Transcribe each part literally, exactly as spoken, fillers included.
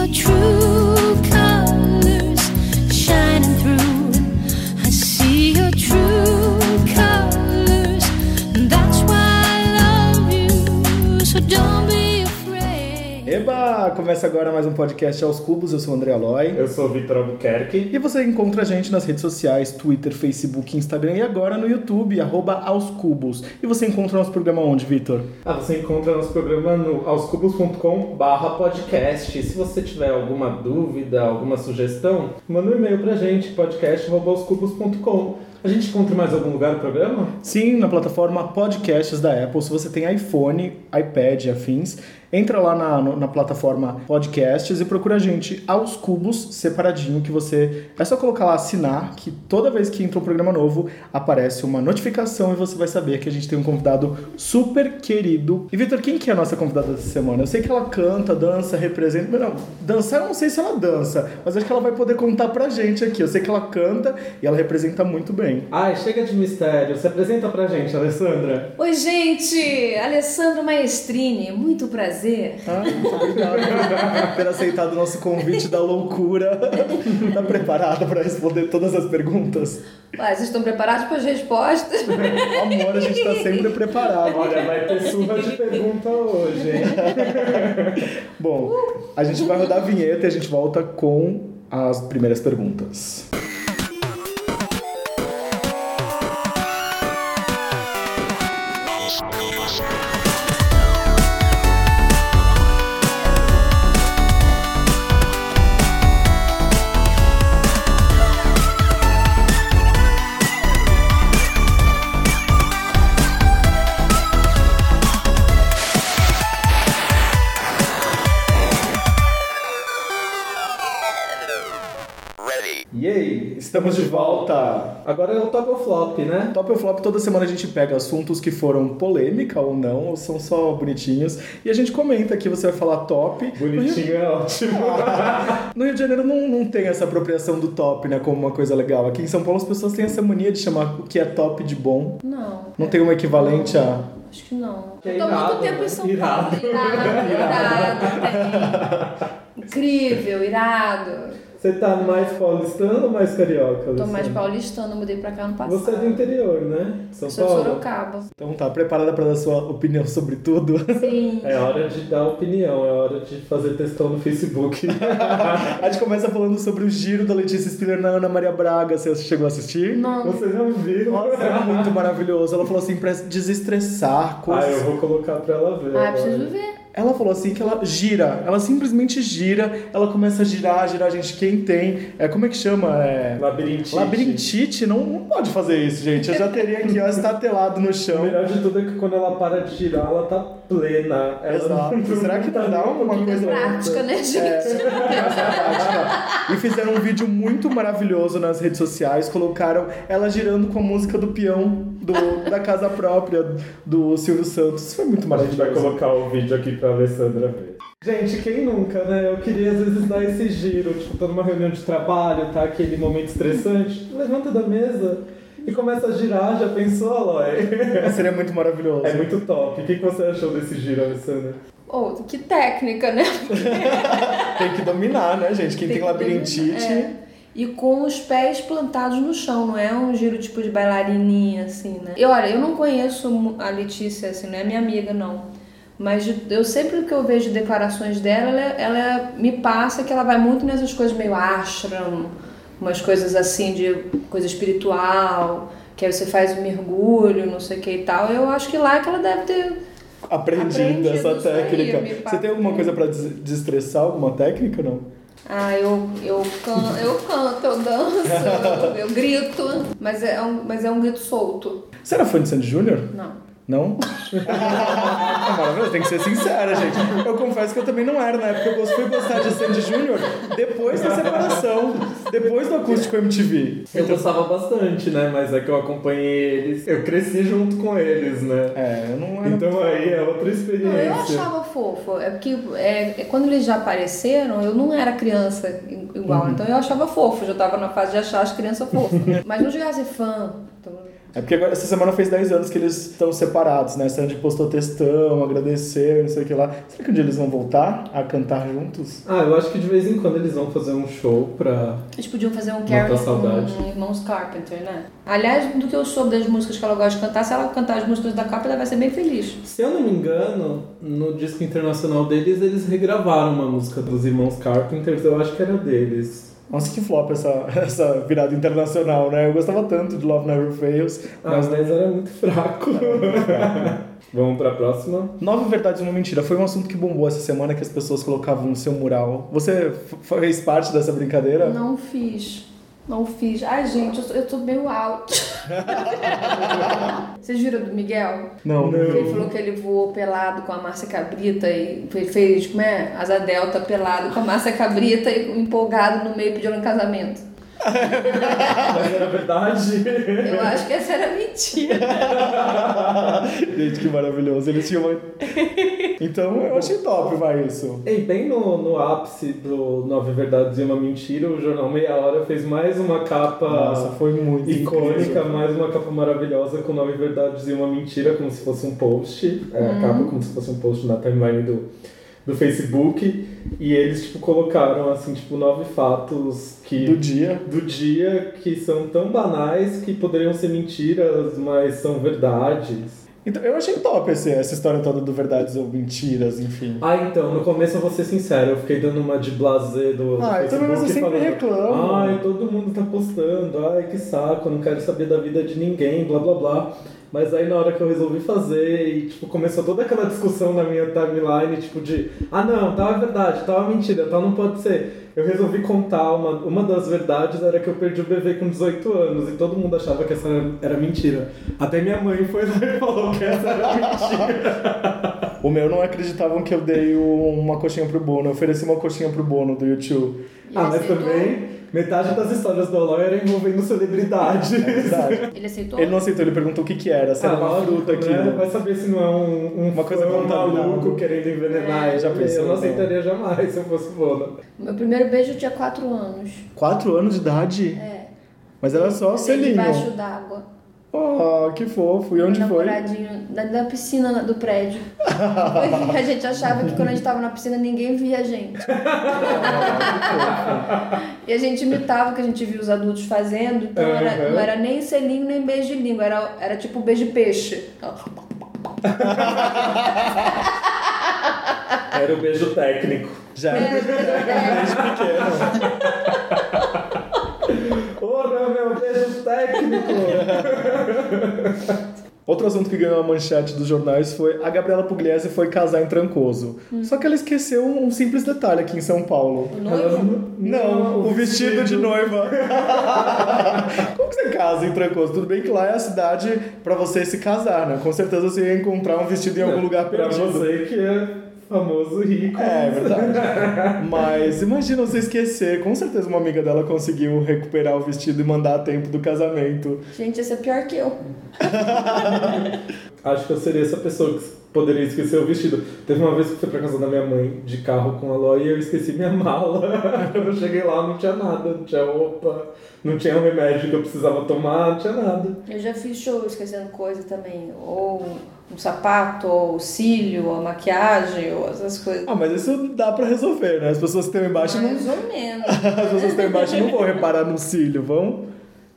your true colors shining through. I see your true colors. That's why I love you. So don't be afraid. Eba! Começa agora mais um podcast Aos Cubos. Eu sou o André Aloy. Eu sou o Vitor Albuquerque. E você encontra a gente nas redes sociais, Twitter, Facebook, Instagram e agora no YouTube, arroba Aos Cubos. E você encontra o nosso programa onde, Vitor? Ah, você encontra nosso programa no aoscubos ponto com barra podcast. Se você tiver alguma dúvida, alguma sugestão, manda um e-mail pra gente, podcast arroba aoscubos ponto com. A gente encontra em mais algum lugar no programa? Sim, na plataforma Podcasts da Apple. Se você tem iPhone, iPad e afins, entra lá na, na plataforma Podcasts e procura a gente Aos Cubos, separadinho, que você... É só colocar lá assinar, que toda vez que entra um programa novo, aparece uma notificação e você vai saber que a gente tem um convidado super querido. E, Vitor, quem que é a nossa convidada dessa semana? Eu sei que ela canta, dança, representa... Mas não, dançar eu não sei se ela dança, mas acho que ela vai poder contar pra gente aqui. Eu sei que ela canta e ela representa muito bem. Ai, chega de mistério. Se apresenta pra gente, Alessandra. Oi, gente! Alessandra Maestrini, muito prazer. Ah, muito obrigado por ter aceitado o nosso convite da loucura. Tá preparada para responder todas as perguntas? Ué, vocês estão preparados para as respostas? Amor, a gente tá sempre preparado. Olha, vai ter surra de pergunta hoje, hein? Bom, a gente vai rodar a vinheta e a gente volta com as primeiras perguntas. Estamos de volta! Agora é o Top ou Flop, né? Top ou Flop, toda semana a gente pega assuntos que foram polêmica ou não, ou são só bonitinhos, e a gente comenta aqui, você vai falar top. Bonitinho Rio... é ótimo. No Rio de Janeiro não, não tem essa apropriação do top, né, como uma coisa legal. Aqui em São Paulo as pessoas têm essa mania de chamar o que é top de bom. Não. Não tem um equivalente não. a... Acho que não. Que Eu tô irado, muito tempo em São irado. Paulo. Irado, irado, irado. Incrível, irado. Você tá mais paulistano ou mais carioca? Tô mais Alessandra? paulistano, mudei pra cá no passado. Você é do interior, né? São Sou Paulo? de Sorocaba. Então tá, preparada para dar sua opinião sobre tudo? Sim. É hora de dar opinião, é hora de fazer textão no Facebook. A gente começa falando sobre o giro da Letícia Spiller na Ana Maria Braga. Você chegou a assistir? Não. Você não viu? Nossa, é muito maravilhoso. Ela falou assim, pra desestressar Ah, coisas. eu vou colocar pra ela ver. Ah, agora. preciso ver. Ela falou assim que ela gira, ela simplesmente gira, ela começa a girar, girar, gente, quem tem, é, como é que chama? É... Labirintite. Labirintite, não, não pode fazer isso, gente, eu já teria aqui, ó, estatelado no O chão. melhor de tudo é que quando ela para de girar, ela tá plena. Ela Exato. não Será que tá dá alguma É coisa? prática, né, gente? É, essa é a prática. E fizeram um vídeo muito maravilhoso nas redes sociais, colocaram ela girando com a música do peão do, da casa própria do Silvio Santos. Isso foi muito A gente vai maravilhoso. colocar o vídeo aqui pra Alessandra ver. Gente, quem nunca, né? Eu queria às vezes dar esse giro, tipo, tô numa reunião de trabalho, tá? Aquele momento estressante, levanta da mesa e começa a girar, já pensou, Aloy? Seria muito maravilhoso. É muito top. O que você achou desse giro, Alessandra? Oh, que técnica, né? Tem que dominar, né, gente? Quem tem, que labirintite... dominar, é. E com os pés plantados no chão, não é um giro tipo de bailarininha, assim, né? E olha, eu não conheço a Letícia, assim, não é minha amiga, não. Mas eu sempre que eu vejo declarações dela, ela, ela me passa que ela vai muito nessas coisas meio ashram, umas coisas assim de coisa espiritual, que aí você faz um mergulho, não sei o que e tal. Eu acho que lá é que ela deve ter Aprendido, aprendido essa isso aí, técnica. me Você tem alguma coisa pra des- desestressar? Alguma técnica, não? Ah, eu, eu, can, eu canto, eu danço, eu, eu grito, mas é, um, mas é um grito solto. Você era fã de Sandy Júnior? Não. Não? É maravilhoso, tem que ser sincera, gente. Eu confesso que eu também não era. Na época eu fui gostar de Sandy Júnior depois da separação, depois do Acústico M T V. Eu gostava bastante, né? Mas é que eu acompanhei eles, eu cresci junto com eles, né? É, eu não era... Então aí é outra Não, experiência. eu achava fofo. É porque é, é, quando eles já apareceram, eu não era criança igual. Uhum. Então eu achava fofo. Já tava na fase de achar as crianças fofas. Mas não chegava a ser fã. Então... É porque agora, essa semana fez dez anos que eles estão separados, né? Sandy postou textão, agradeceu, não sei o que lá. Será que um dia eles vão voltar a cantar juntos? Ah, eu acho que de vez em quando eles vão fazer um show pra... Eles podiam fazer um Matar Carol saudade. com Irmãos Carpenter, né? Aliás, do que eu soube das músicas que ela gosta de cantar, se ela cantar as músicas da Carpenter, ela vai ser bem feliz. Se eu não me engano, no disco internacional deles, eles regravaram uma música dos Irmãos Carpenters, eu acho que era deles. Nossa, que flop essa, essa virada internacional, né? Eu gostava tanto de Love Never Fails. Ah, mas era muito fraco. Vamos pra próxima. Nove verdades e uma mentira. Foi um assunto que bombou essa semana que as pessoas colocavam no seu mural. Você f- fez parte dessa brincadeira? Não fiz. Não fiz. Ai, gente, eu tô, eu tô meio alto. Vocês viram do Miguel? Não, não. Ele falou que ele voou pelado com a Márcia Cabrita e fe- fez, como é? Asa delta pelado com a Márcia Cabrita e empolgado no meio pedindo um casamento. Mas era verdade? Eu acho que essa era mentira. Gente, que maravilhoso. Eles tinham uma... Então, eu achei top, vai, isso. E bem no, no ápice do Nove Verdades e Uma Mentira, o jornal Meia Hora fez mais uma capa Nossa, foi muito icônica, incrível. mais uma capa maravilhosa com Nove Verdades e Uma Mentira, como se fosse um post. É, a capa como se fosse um post na timeline do, do Facebook. E eles, tipo, colocaram, assim, tipo, nove fatos que... Do dia. do dia que são tão banais que poderiam ser mentiras, mas são verdades. Então, eu achei top esse, essa história toda do verdades ou mentiras, enfim. Ah, então, no começo eu vou ser sincero, eu fiquei dando uma de blasé do Ah, eu também, mas eu sempre reclamo. ai, todo mundo tá postando, ai, que saco, eu não quero saber da vida de ninguém, blá blá blá. Mas aí na hora que eu resolvi fazer e, tipo, começou toda aquela discussão na minha timeline, tipo, de ah não, tal é verdade, tal é mentira, tal não pode ser. Eu resolvi contar, uma, uma das verdades era que eu perdi o bebê com dezoito anos e todo mundo achava que essa era, era mentira. Até minha mãe foi lá e falou que essa era mentira. O meu não acreditavam que eu dei uma coxinha pro Bono. Eu ofereci uma coxinha pro Bono do YouTube. E Ah, ele mas aceitou? também metade das histórias do Aloy era envolvendo celebridades. É verdade. Ele aceitou? Ele não aceitou, ele perguntou o que que era, se era uma lógico, fruta aqui. né? Vai saber se não é um, um Uma coisa fã contaminada. maluco querendo envenenar. É, já ele. pensou, Eu não não. aceitaria jamais se eu fosse Bono. Meu primeiro beijo eu tinha quatro anos. Quatro anos de idade? É. Mas era só Dei selinho. Debaixo d'água. Oh, que fofo. E onde Meu foi? namoradinho, da, da piscina do prédio. A gente achava que quando a gente tava na piscina ninguém via a gente. E a gente imitava o que a gente via os adultos fazendo, então era, Uhum. não era nem selinho nem beijo de língua, era, era tipo beijo de peixe. Era o beijo técnico. Já É, era desde pequeno. Porra, meu beijo técnico! Outro assunto que ganhou a manchete dos jornais foi a Gabriela Pugliese foi casar em Trancoso. Só que ela esqueceu um simples detalhe aqui em São Paulo. O noivo? Não, o vestido de noiva. Como que você casa em Trancoso? Tudo bem que lá é a cidade pra você se casar, né? Com certeza você ia encontrar um vestido em algum lugar Pra perdido. você que é famoso rico. É, é verdade. Mas imagina você esquecer. Com certeza uma amiga dela conseguiu recuperar o vestido e mandar a tempo do casamento. Gente, esse é pior que eu. Acho que eu seria essa pessoa que poderia esquecer o vestido. Teve uma vez que eu fui pra casa da minha mãe de carro com a Ló e eu esqueci minha mala. Eu cheguei lá, não tinha nada, não tinha roupa, não tinha um remédio que eu precisava tomar, não tinha nada. Eu já fiz show esquecendo coisa também. Ou um sapato, ou cílio, ou maquiagem, ou essas coisas. Ah, mas isso dá pra resolver, né? As pessoas que estão embaixo não... Mais ou menos. As pessoas que estão embaixo não vão reparar no cílio, vão?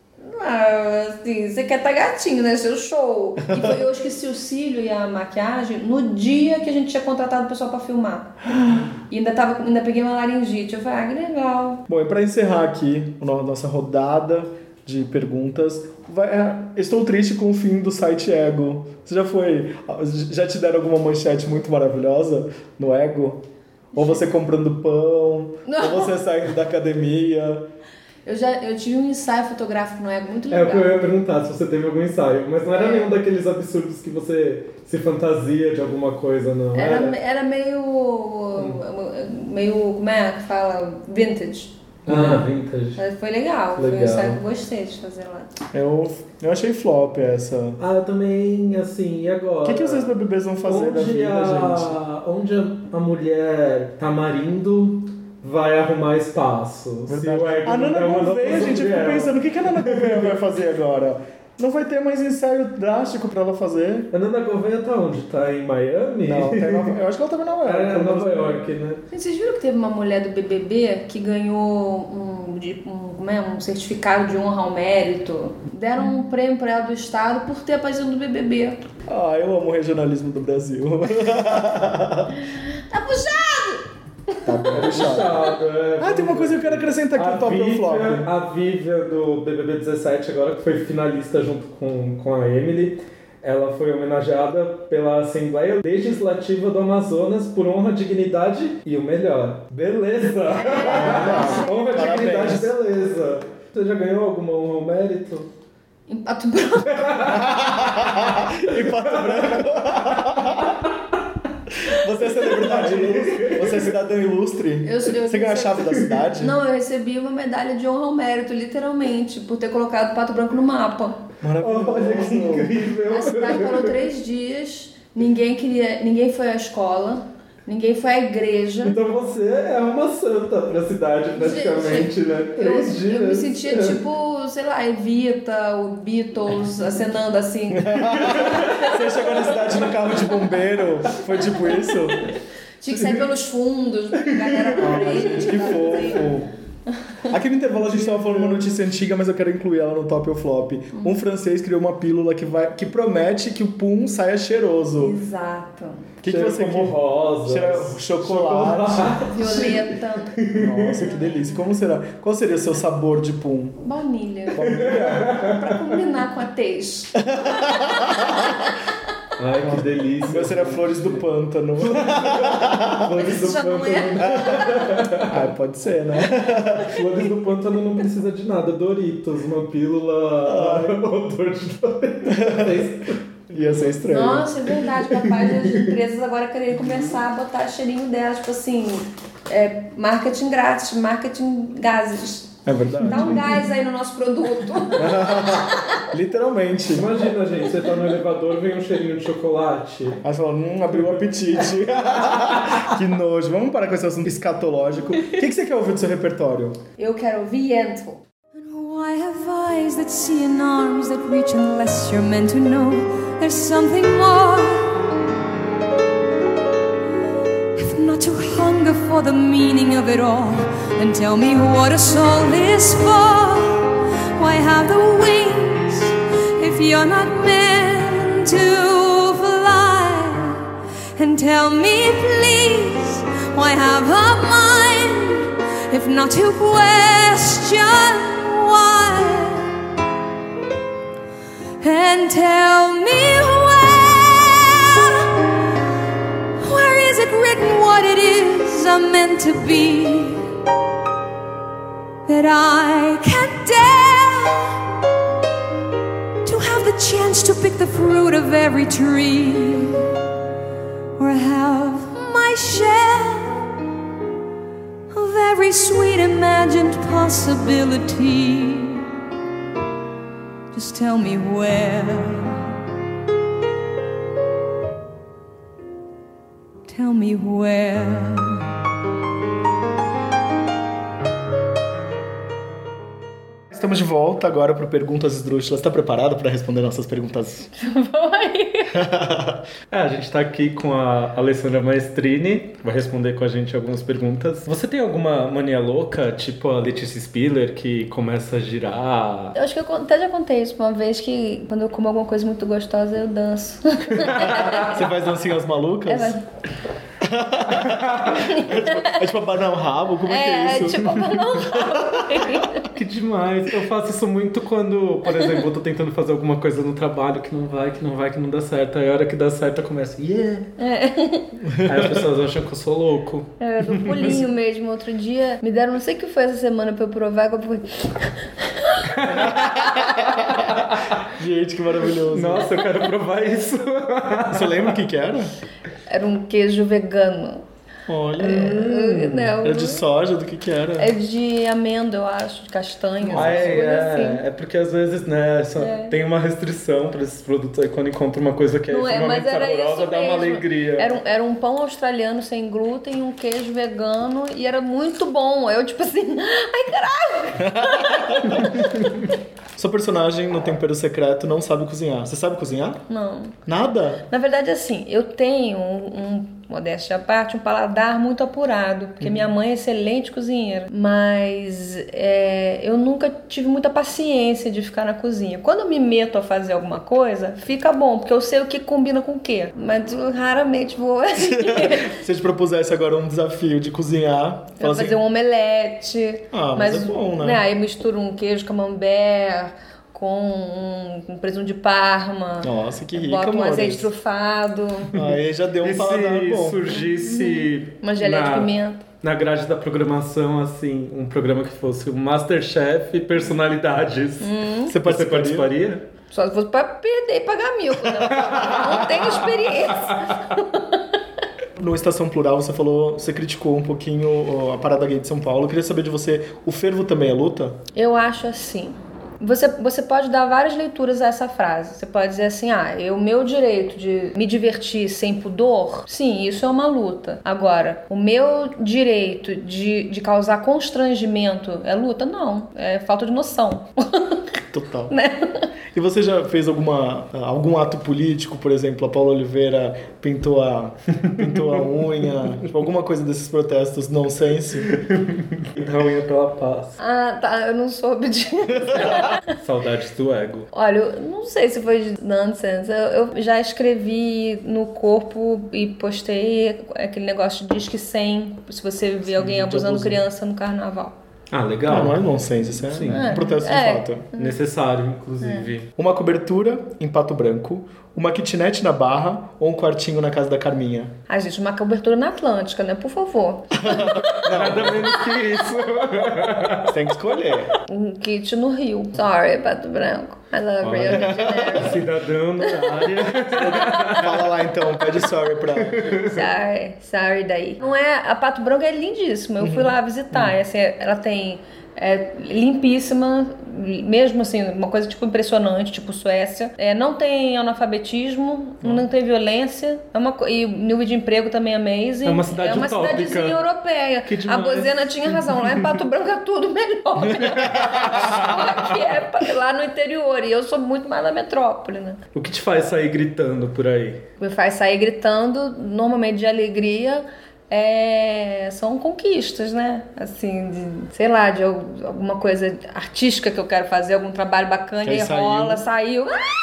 Ah, assim, você quer tá gatinho, né? Seu show. E foi, eu esqueci o cílio e a maquiagem no dia que a gente tinha contratado o pessoal pra filmar. E ainda, tava, ainda peguei uma laringite. Eu falei, ah, que legal. Bom, e pra encerrar aqui a no- nossa rodada de perguntas, vai, é, estou triste com o fim do site Ego. Você já foi... Já te deram alguma manchete muito maravilhosa no Ego? Ou você comprando pão, Não. ou você saindo da academia... Eu, já, eu tive um ensaio fotográfico no Ego muito É o legal. que eu ia perguntar, se você teve algum ensaio. Mas não era É. nenhum daqueles absurdos que você se fantasia de alguma coisa, não. Era, era meio... Meio... Como é que fala? Vintage. Ah, vintage. Mas foi legal. Foi um Legal. ensaio que eu gostei de fazer lá. Eu, eu achei flop essa. Ah, eu também, assim, e agora? O que, que os ex-B B Bs vão fazer da onde vida, a, gente? Onde a, a mulher tamarindo vai arrumar espaço? Se o Ego A Nana der uma nota Gouveia, gente, eu sobre fico ela. pensando, o que, que a Nana Gouveia vai fazer agora? Não vai ter mais ensaio drástico pra ela fazer. A Nana Gouveia tá onde? Tá em Miami? Não, tá em Nova... eu acho que ela tava em Nova York. É, Nova York, né? Gente, vocês viram que teve uma mulher do B B B que ganhou um, de- um, como é, um certificado de honra ao mérito? Deram um prêmio pra ela do Estado por ter aparecido no B B B. Ah, eu amo o regionalismo do Brasil. Tá puxado! Tá bem puxado. Puxado, é. Ah, tem uma coisa que eu quero acrescentar aqui A no Top ou Flop. Vivian, a Vivian do B B B dezessete agora, que foi finalista junto com, com a Emily, ela foi homenageada pela Assembleia Legislativa do Amazonas por honra, dignidade e o melhor, beleza! Honra, Parabéns. dignidade, beleza! Você já ganhou alguma honra ou mérito? Em Pato Branco. Em Pato Branco. Você é celebridade ilustre? Você é cidadão ilustre? Eu- eu- Você ganhou a chave da cidade? Não, eu recebi uma medalha de honra ao mérito, literalmente, por ter colocado Pato Branco no mapa. Maravilhoso. Olha que incrível! A cidade parou três dias, ninguém queria, ninguém foi à escola, ninguém foi à igreja. Então você é uma santa pra cidade, praticamente, né? Eu, Três dias. eu me sentia tipo, sei lá, Evita, o Beatles acenando assim. Você chegou na cidade no carro de bombeiro? Foi tipo isso? Tinha que sair pelos fundos, a galera Ah, na gente, que fofo. Aqui no intervalo a gente estava falando uma notícia antiga, mas eu quero incluir ela no Top ou Flop. Um francês criou uma pílula que, vai, que promete que o pum saia cheiroso. Exato. O que, que Cheira você como quer? rosa. Cheira chocolate. Violeta, Nossa, que delícia. Como será? Qual seria o seu sabor de pum? baunilha. Baunilha? Pra combinar com a teixe. Ai, que delícia. O meu seria flores do pântano. Flores do Isso já não pântano. é. Ah, pode ser, né? Flores do pântano não precisa de nada. Doritos, uma pílula odor de Doritos. Ia ser estranho. Nossa, é verdade. Capaz das empresas agora quererem começar a botar cheirinho delas, tipo assim, é, marketing grátis, marketing gases. É verdade. Dá um gás aí no nosso produto. Literalmente. Imagina, gente, você tá no elevador, vem um cheirinho de chocolate. Aí você fala, hum, abriu o apetite. Que nojo. Vamos parar com esse assunto escatológico. O que, que você quer ouvir do seu repertório? Eu quero ouvir Yentl. Oh, I have eyes that see and arms that reach unless you're meant to know there's something more. If not to hunger for the meaning of it all, then tell me what a soul is for. Why have the wings if you're not meant to fly? And tell me please, why have a mind if not to question why? And tell me where, where is it written what it is I'm meant to be, that I can't dare to have the chance to pick the fruit of every tree, or have my share of every sweet imagined possibility. Just tell me where. Tell me where. Estamos de volta agora para Perguntas Esdrúxulas. Está preparado para responder nossas perguntas? É, a gente tá aqui com a Alessandra Maestrini, vai responder com a gente algumas perguntas. Você tem alguma mania louca, tipo a Letícia Spiller, que começa a girar? Eu acho que eu até já contei isso uma vez, que quando eu como alguma coisa muito gostosa, eu danço. Você faz dancinhas malucas? É, mas- É tipo abanar o rabo? Como é, que é É, isso? tipo, não. Que demais! Eu faço isso muito quando, por exemplo, eu tô tentando fazer alguma coisa no trabalho que não vai, que não vai, que não dá certo. Aí a hora que dá certo eu começo, yeah! Aí as pessoas acham que eu sou louco. É, do pulinho mesmo. Outro dia me deram, não sei o que foi essa semana pra eu provar, que eu fui. Gente, que maravilhoso. Nossa, eu quero provar isso. Você lembra o que que era? Era um queijo vegano. Olha. Uh, não. Era de soja, do que que era? É de amêndoa, eu acho, de castanha. Ah, essas coisas é, assim. é, é porque às vezes, né, só É. tem uma restrição pra esses produtos aí quando encontra uma coisa que é Não é, mas extremamente era saborosa, isso dá uma mesmo. alegria. Era um, era um pão australiano sem glúten, um queijo vegano e era muito bom. Eu, tipo assim, ai caralho! Sua personagem no Tempero Secreto não sabe cozinhar. Você sabe cozinhar? Não. Nada? Na verdade, assim, eu tenho um, um modéstia à parte, um paladar muito apurado, porque uhum. minha mãe é excelente cozinheira, mas é, eu nunca tive muita paciência de ficar na cozinha. Quando eu me meto a fazer alguma coisa, fica bom, porque eu sei o que combina com o quê, mas eu raramente vou assim. Se eu te propusesse agora um desafio de cozinhar... Eu assim... fazer um omelete. Ah, mas, mas é bom, né? né? Aí eu misturo um queijo camembert com um, um presunto de Parma. Nossa, que rica, boto um amores. azeite trufado. Aí já deu um paladar bom. Se surgisse... Uma geleia na, de pimenta. Na grade da programação, assim, um programa que fosse o Masterchef Personalidades. Hum. Você participaria? Você participaria? Só se fosse pra perder e pagar mil. Não, não tenho experiência. No Estação Plural, você falou, você criticou um pouquinho a parada gay de São Paulo. Eu queria saber de você, o fervo também é luta? Eu acho assim. Você, você pode dar várias leituras a essa frase. Você pode dizer assim, ah, o meu direito de me divertir sem pudor, sim, isso é uma luta. Agora, o meu direito de, de causar constrangimento é luta? Não, é falta de noção. Total. Né? E você já fez alguma, algum ato político, por exemplo, a Paula Oliveira pintou a, pintou a unha, tipo, alguma coisa desses protestos nonsense? A unha pela paz. Ah, tá, eu não soube disso. Saudades do ego. Olha, eu não sei se foi de nonsense. Eu, eu já escrevi no corpo e postei aquele negócio de Disque cem, se você vê alguém abusando criança no carnaval. Ah, legal. Não, não é nonsense, isso é Sim. um protesto é. de fato. Necessário, inclusive. É. Uma cobertura em Pato Branco, uma kitnet na Barra ou um quartinho na casa da Carminha? Ah, gente, uma cobertura na Atlântica, né? Por favor. Nada menos que isso. Você tem que escolher. Um kit no Rio. Sorry, Pato Branco. I love Rio de Janeiro. Cidadão na área. Fala lá então, pede sorry pra... Sorry, sorry daí. Não é... A Pato Branco é lindíssima. Eu uhum. fui lá visitar. Uhum. Assim, ela tem... É limpíssima, mesmo assim, uma coisa tipo impressionante, tipo Suécia. É, não tem analfabetismo, hum. não tem violência, é uma, e o nível de emprego também é amazing. É uma cidade É uma utópica. cidadezinha europeia. A Bozena tinha razão, lá em Pato Branco é tudo melhor. Só que é lá no interior, e eu sou muito mais da metrópole, né? O que te faz sair gritando por aí? Me faz sair gritando, normalmente de alegria. É, são conquistas, né? Assim, de, sei lá, de alguma coisa artística que eu quero fazer, algum trabalho bacana e rola, saiu.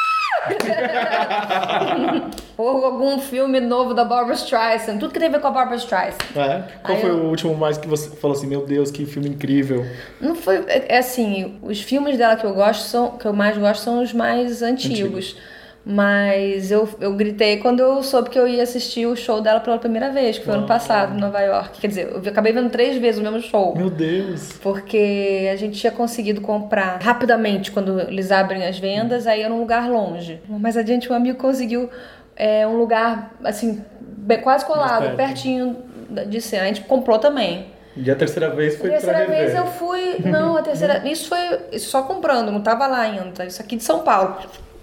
Ou algum filme novo da Barbra Streisand, tudo que tem a ver com a Barbra Streisand. É? Qual Aí foi eu... o último mais que você falou assim, meu Deus, que filme incrível? Não foi, é assim, os filmes dela que eu gosto são, que eu mais gosto são os mais antigos. Antigo. Mas eu, eu gritei quando eu soube que eu ia assistir o show dela pela primeira vez, que foi Uau. ano passado, em Nova York. Quer dizer, eu acabei vendo três vezes o mesmo show. Meu Deus! Porque a gente tinha conseguido comprar rapidamente quando eles abrem as vendas, aí era um lugar longe. Mas adiante um amigo conseguiu é, um lugar, assim, quase colado, pertinho de cena. A gente comprou também. E a terceira vez foi pra rever? A terceira vez rever. eu fui... Não, a terceira... Isso foi só comprando, não tava lá ainda. Isso aqui de São Paulo.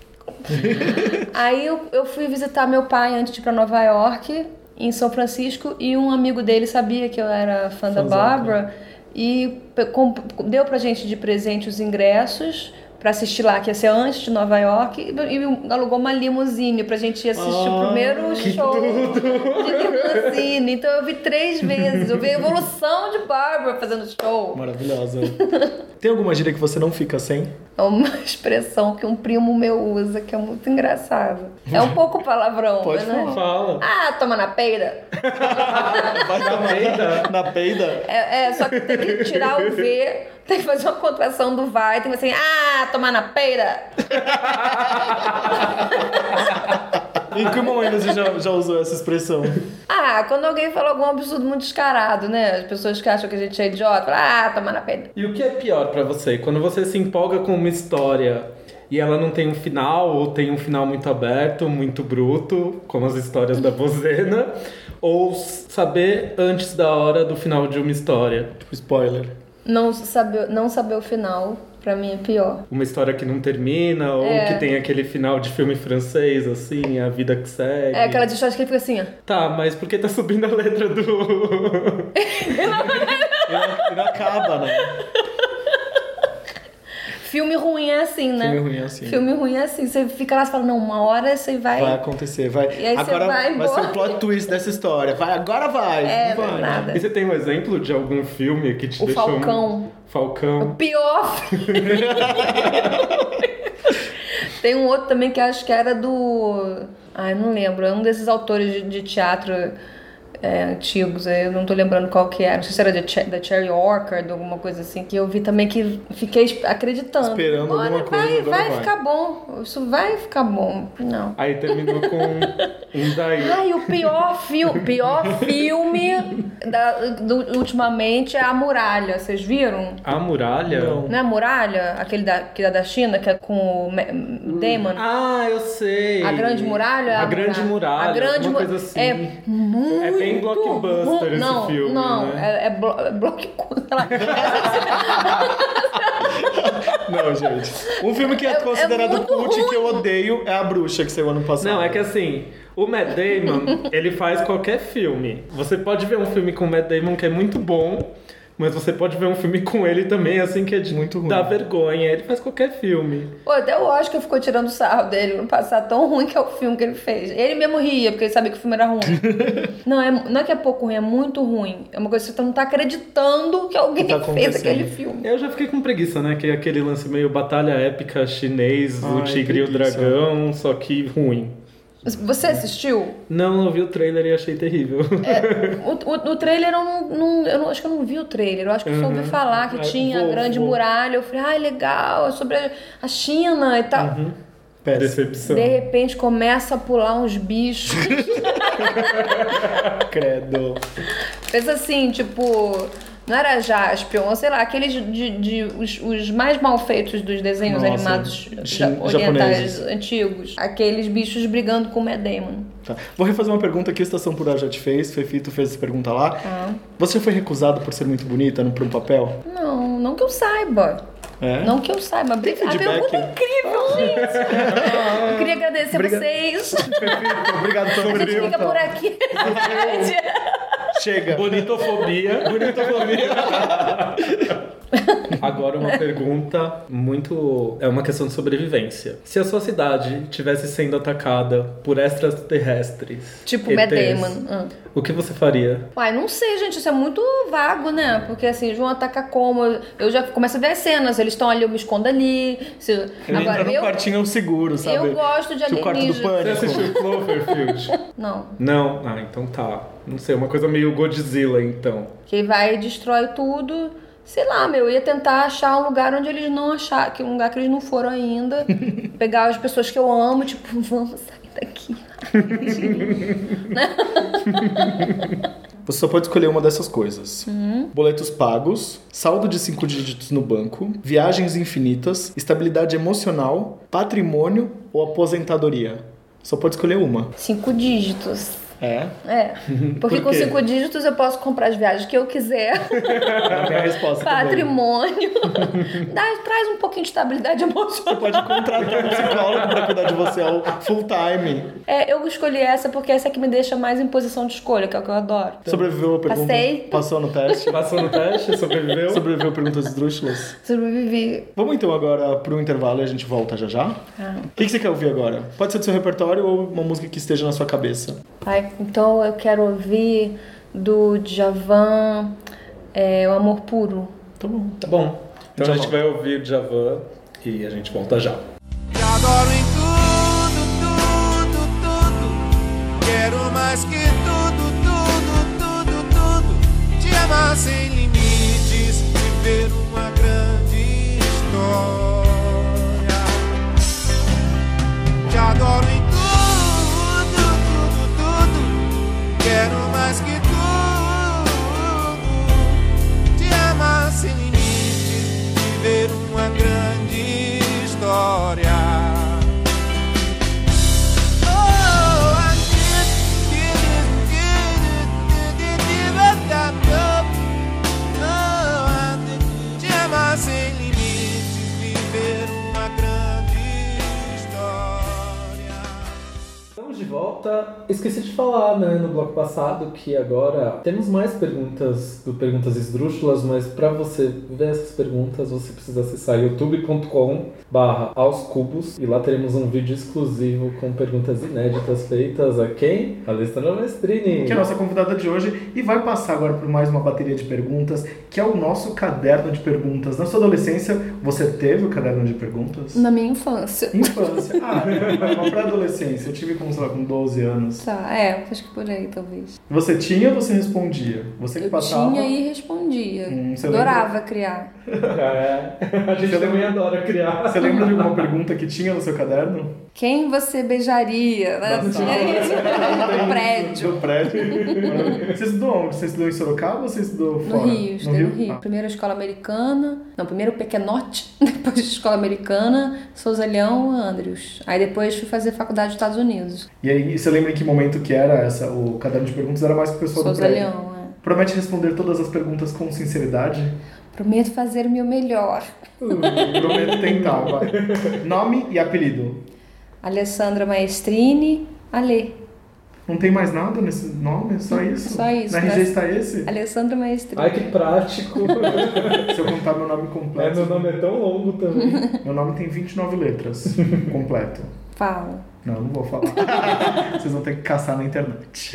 Aí eu, eu fui visitar meu pai antes de ir pra Nova York, em São Francisco, e um amigo dele sabia que eu era fã da Barbra e com, deu pra gente de presente os ingressos pra assistir lá, que ia ser antes de Nova York, e, e alugou uma limusine pra gente ir assistir ah, o primeiro show tudo. de limusine. Então eu vi três vezes, eu vi a evolução de Barbra fazendo show. Maravilhosa. Tem alguma gíria que você não fica sem? É uma expressão que um primo meu usa, que é muito engraçada. É um pouco palavrão, Pode né? falar. Fala. Ah, toma na peida. Vai na peida? Na peida? É, é, só que tem que tirar o V, tem que fazer uma contração do vai, tem que assim, ah, tomar na peida. Em que momento você já, já usou essa expressão? Ah, quando alguém fala algum absurdo muito descarado, né? As pessoas que acham que a gente é idiota, falam, ah, tomar na peida. E o que é pior pra você? Quando você se empolga com uma história e ela não tem um final, ou tem um final muito aberto, muito bruto, como as histórias da Bozena, ou saber antes da hora do final de uma história? Tipo spoiler. Não saber, não saber o final, pra mim, é pior. Uma história que não termina, ou é. que tem aquele final de filme francês, assim, a vida que segue. É, aquela história que fica assim, ó. Tá, mas por que tá subindo a letra do... e, não, e não acaba, né? Filme ruim é assim, né? Filme ruim é assim. Filme ruim é assim. Você fica lá e fala, não, uma hora você vai... Vai acontecer, vai. E aí agora você vai vai ser embora. o plot twist dessa história. Vai, agora vai. É, não não é vai. nada. E você tem um exemplo de algum filme que te O deixou... Falcão. Falcão. O pior filme. Tem um outro também que acho que era do... Ai, não lembro. É um desses autores de, de teatro é, antigos. Eu não tô lembrando qual que era. Não sei se era de, da Cherry Orchard, alguma coisa assim. Que eu vi também que fiquei acreditando. Esperando Olha, alguma coisa, vai, agora vai vai. ficar bom. Isso vai ficar bom. Não. Aí terminou com um daí. Ai, o pior filme, pior filme da, do, ultimamente é A Muralha. Vocês viram? A Muralha? Não. Não é A Muralha? Aquele da, que é da China, que é com o Ma- Damon? Ah, eu sei. A Grande Muralha? A Grande Muralha. A Grande uma Mu- coisa assim. É muito... É bem blockbuster ru- esse não, filme, Não, né? é, é, blo é blockbuster. sei lá. Não, gente. Um filme que é, É- é considerado muito cult ruim. que eu odeio é A Bruxa, que saiu ano passado. Não, é que assim, o Matt Damon, ele faz qualquer filme. Você pode ver um filme com o Matt Damon que é muito bom, mas você pode ver um filme com ele também, assim, que é de Muito ruim. dar vergonha. Ele faz qualquer filme. Pô, até o Oscar ficou tirando sarro dele no passado, tão ruim que é o filme que ele fez. Ele mesmo ria, porque ele sabia que o filme era ruim. não, é, não é que é pouco ruim, é muito ruim. É uma coisa que você não tá acreditando que alguém Tá fez acontecendo. aquele filme. Eu já fiquei com preguiça, né? Que é aquele lance meio batalha épica chinês, o Ai, tigre e o preguiça. dragão, só que ruim. Você assistiu? Não, eu vi o trailer e achei terrível. É, o, o, o trailer eu não, não- eu não. Acho que eu não vi o trailer. Eu acho que eu só ouvi falar que É, tinha a vou, Grande vou. Muralha. Eu falei, ai, legal, é sobre a, a China e tal. Péssimo. Decepção. De repente começa a pular uns bichos. Credo. Pensa assim, tipo. Não era Jaspion, ou sei lá, aqueles de, de, os, os mais mal feitos dos desenhos Nossa, animados chi- ja- orientais japoneses. antigos. Aqueles bichos brigando com o Matt Damon. Tá. Vou refazer uma pergunta que o Estação Pura já te fez. Fefito fez essa pergunta lá. Ah. Você já foi recusado por ser muito bonita no- pra um papel? Não, não que eu saiba. É? Não que eu saiba. Tem A feedback? pergunta é incrível, gente. Eu queria agradecer Obriga- a vocês. Fefito, obrigado pela A gente pergunta. fica por aqui. Chega. Bonitofobia. Bonitofobia. Agora uma pergunta muito... É uma questão de sobrevivência. Se a sua cidade estivesse sendo atacada por extraterrestres... Tipo Matt E Tês, Damon. Ah. o que você faria? Uai, não sei, gente, isso é muito vago, né? Porque assim, eles vão atacar como? Eu já começo a ver as cenas, eles estão ali, eu me escondo ali. Se... Ele Agora, entra no eu, quartinho seguro, sabe? eu gosto de Tipo o quarto do alienígena. Você pânico. assistiu Cloverfield? Não. Não? Ah, então tá. Não sei, uma coisa meio Godzilla, então. Que vai e destrói tudo. Sei lá, meu, eu ia tentar achar um lugar onde eles não acharam, que um lugar que eles não foram ainda. Pegar as pessoas que eu amo, tipo, vamos sair daqui. Você só pode escolher uma dessas coisas. Uhum. Boletos pagos, saldo de cinco dígitos no banco, viagens infinitas, estabilidade emocional, patrimônio ou aposentadoria. Só pode escolher uma. Cinco dígitos. É? É. Porque Por com quê? cinco dígitos eu posso comprar as viagens que eu quiser. É a minha resposta também. Patrimônio. Dá, traz um pouquinho de estabilidade Você emocional. pode contratar um psicólogo pra cuidar de você ao full time. É, eu escolhi essa porque essa é que me deixa mais em posição de escolha, que é o que eu adoro. Sobreviveu a pergunta? Passei. Passou no teste? Passou no teste? Sobreviveu? Sobreviveu a perguntas esdrúxulas? Sobrevivi. Vamos então agora pro intervalo e a gente volta já já? Ah. O que que você quer ouvir agora? Pode ser do seu repertório ou uma música que esteja na sua cabeça. Ai, então eu quero ouvir do Djavan, é, O Amor Puro. Tá bom. Tá bom. Então Já a gente volto. vai ouvir o Djavan e a gente volta já. Te adoro em tudo, tudo, tudo. Quero mais que tudo, tudo, tudo, tudo. Te amar sem limites, viver uma grande história. Te adoro em tudo, tudo, tudo. Quero mais que tudo. Te amar sem limites, viver uma grande história. Oh, I did, did it, did it, did it, did it, did it, volta. Esqueci de falar, né, no bloco passado, que agora temos mais perguntas do Perguntas Esdrúxulas, mas para você ver essas perguntas, você precisa acessar youtube ponto com barra aos cubos e lá teremos um vídeo exclusivo com perguntas inéditas feitas a quem? Alessandra Mestrini. Que é a nossa convidada de hoje e vai passar agora por mais uma bateria de perguntas, que é o nosso caderno de perguntas. Na sua adolescência, você teve o caderno de perguntas? Na minha infância. Infância. Ah, uma pré-adolescência. Eu tive como, sei lá, com doze anos. Tá, é, acho que por aí, talvez. Você tinha ou você respondia? Você que Eu passava... tinha e respondia. Hum, você Adorava lembra? criar. É, a gente Você também lembra- adora criar. Você lembra de alguma pergunta que tinha no seu caderno? Quem você beijaria, né? Da Tinha sala. isso. No prédio. Do prédio. Você estudou onde? Você estudou em Sorocaba ou você estudou No fora? Rio, estudei no Rio. Ah. Primeiro escola americana, não, primeiro Pequenote, depois escola americana, Souza-Leão, Andrews. Aí depois fui fazer faculdade nos Estados Unidos. E aí, você lembra em que momento que era essa, o caderno de perguntas? Era mais pro pessoal do prédio. Souza-Leão, é. Promete responder todas as perguntas com sinceridade? Prometo fazer o meu melhor. Prometo tentar, vai. Nome e apelido. Alessandra Maestrini, Ale. Não tem mais nada nesse nome? Só isso? Só isso, Na R G né? está esse? Alessandra Maestrini. Ai, que prático. Se eu contar meu nome É, completo. meu nome é tão longo também. Meu nome tem vinte e nove letras. Completo. Fala. Não, não vou falar. Vocês vão ter que caçar na internet.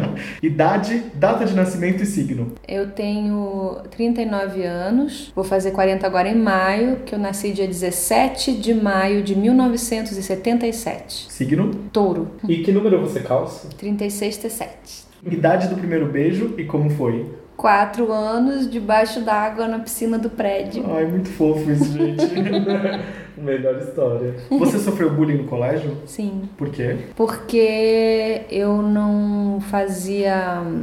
Idade, data de nascimento e signo. Eu tenho trinta e nove anos, vou fazer quarenta agora em maio, que eu nasci dia dezessete de maio de mil novecentos e setenta e sete. Signo. Touro, E que número você calça? trinta e seis T sete. Idade do primeiro beijo e como foi? Quatro anos debaixo d'água na piscina do prédio. Ai, muito fofo isso, gente. Melhor história. Você sofreu bullying no colégio? Sim, Por quê? porque eu não fazia hum,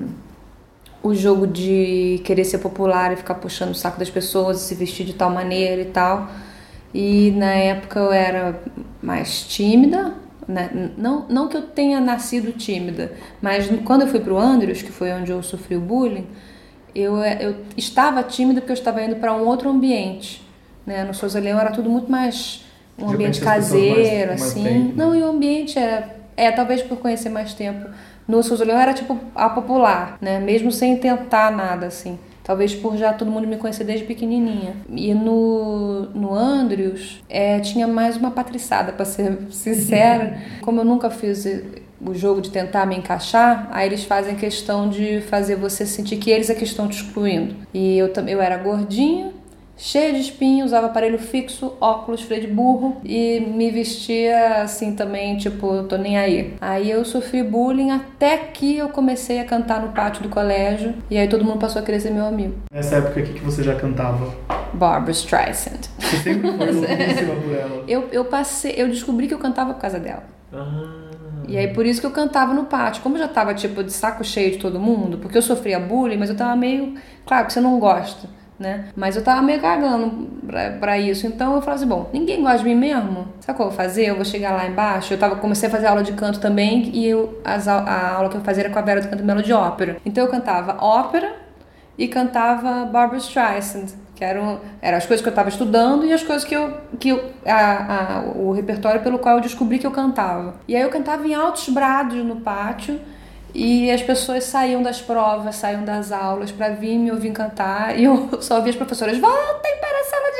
o jogo de querer ser popular e ficar puxando o saco das pessoas, se vestir de tal maneira e tal. E na época eu era mais tímida, né? Não, não que eu tenha nascido tímida, mas quando eu fui pro Andrews, que foi onde eu sofri o bullying, eu, eu estava tímida porque eu estava indo para um outro ambiente, né? No Souza-Leão era tudo muito mais um De ambiente repente as pessoas caseiro, mais- mais assim. tempo, né? Não, e o ambiente era, é, talvez por conhecer mais tempo. No Souza-Leão era tipo a popular, né? Mesmo sem tentar nada, assim. Talvez por já todo mundo me conhecer desde pequenininha. E no, no Andrews, é, tinha mais uma patriçada, pra ser sincera. Como eu nunca fiz o jogo de tentar me encaixar, aí eles fazem questão de fazer você sentir que eles é que estão te excluindo. E eu, eu era gordinha, cheia de espinho, usava aparelho fixo, óculos, freio de burro e me vestia assim também, tipo, tô nem aí. Aí eu sofri bullying até que eu comecei a cantar no pátio do colégio e aí todo mundo passou a querer ser meu amigo. Nessa época aqui que você já cantava? Barbra Streisand. Você sempre foi louquíssima por ela. Eu, eu passei, eu descobri que eu cantava por causa dela. Ah. E aí por isso que eu cantava no pátio. Como eu já tava tipo de saco cheio de todo mundo, porque eu sofria bullying, mas eu tava meio, claro que você não gosta, né? Mas eu tava meio cagando pra, pra isso. Então eu falava assim, bom, ninguém gosta de mim mesmo. Sabe o que eu vou fazer? Eu vou chegar lá embaixo. Eu tava, comecei a fazer aula de canto também. E eu, as, a aula que eu fazia era com a Vera do Canto Melo de Ópera. Então eu cantava ópera e cantava Barbra Streisand, que eram, eram as coisas que eu tava estudando e as coisas que eu, que eu a, a, o repertório pelo qual eu descobri que eu cantava. E aí eu cantava em altos brados no pátio. E as pessoas saíam das provas, saíam das aulas pra vir me ouvir cantar. E eu só ouvia as professoras, voltem para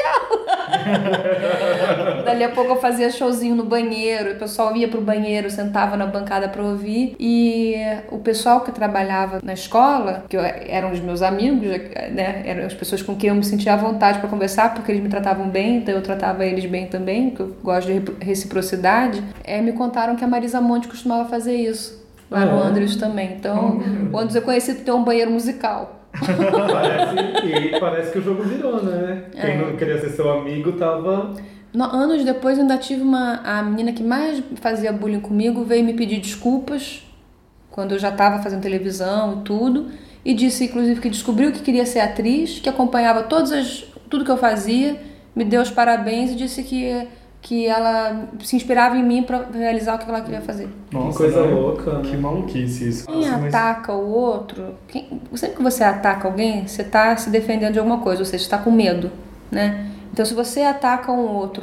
a sala de aula. Dali a pouco eu fazia showzinho no banheiro. O pessoal ia pro banheiro, sentava na bancada pra ouvir. E o pessoal que trabalhava na escola, que eu, eram os meus amigos, né? Eram as pessoas com quem eu me sentia à vontade pra conversar, porque eles me tratavam bem, então eu tratava eles bem também, porque eu gosto de reciprocidade. É, me contaram que a Marisa Monte costumava fazer isso. Lá no Andrews também. Então, o Andrews eu conheci por ter um banheiro musical. Parece, e parece que o jogo virou, né? Quem É. não queria ser seu amigo tava... No, anos depois, eu ainda tive uma... A menina que mais fazia bullying comigo veio me pedir desculpas quando eu já estava fazendo televisão e tudo. E disse, inclusive, que descobriu que queria ser atriz, que acompanhava todas as, tudo que eu fazia, me deu os parabéns e disse que... que ela se inspirava em mim pra realizar o que ela queria fazer. Nossa, que coisa né? louca, né? Que maluquice isso. Quem Nossa, mas- ataca o outro, quem, sempre que você ataca alguém, você está se defendendo de alguma coisa, ou seja, está com medo, né? Então, se você ataca um outro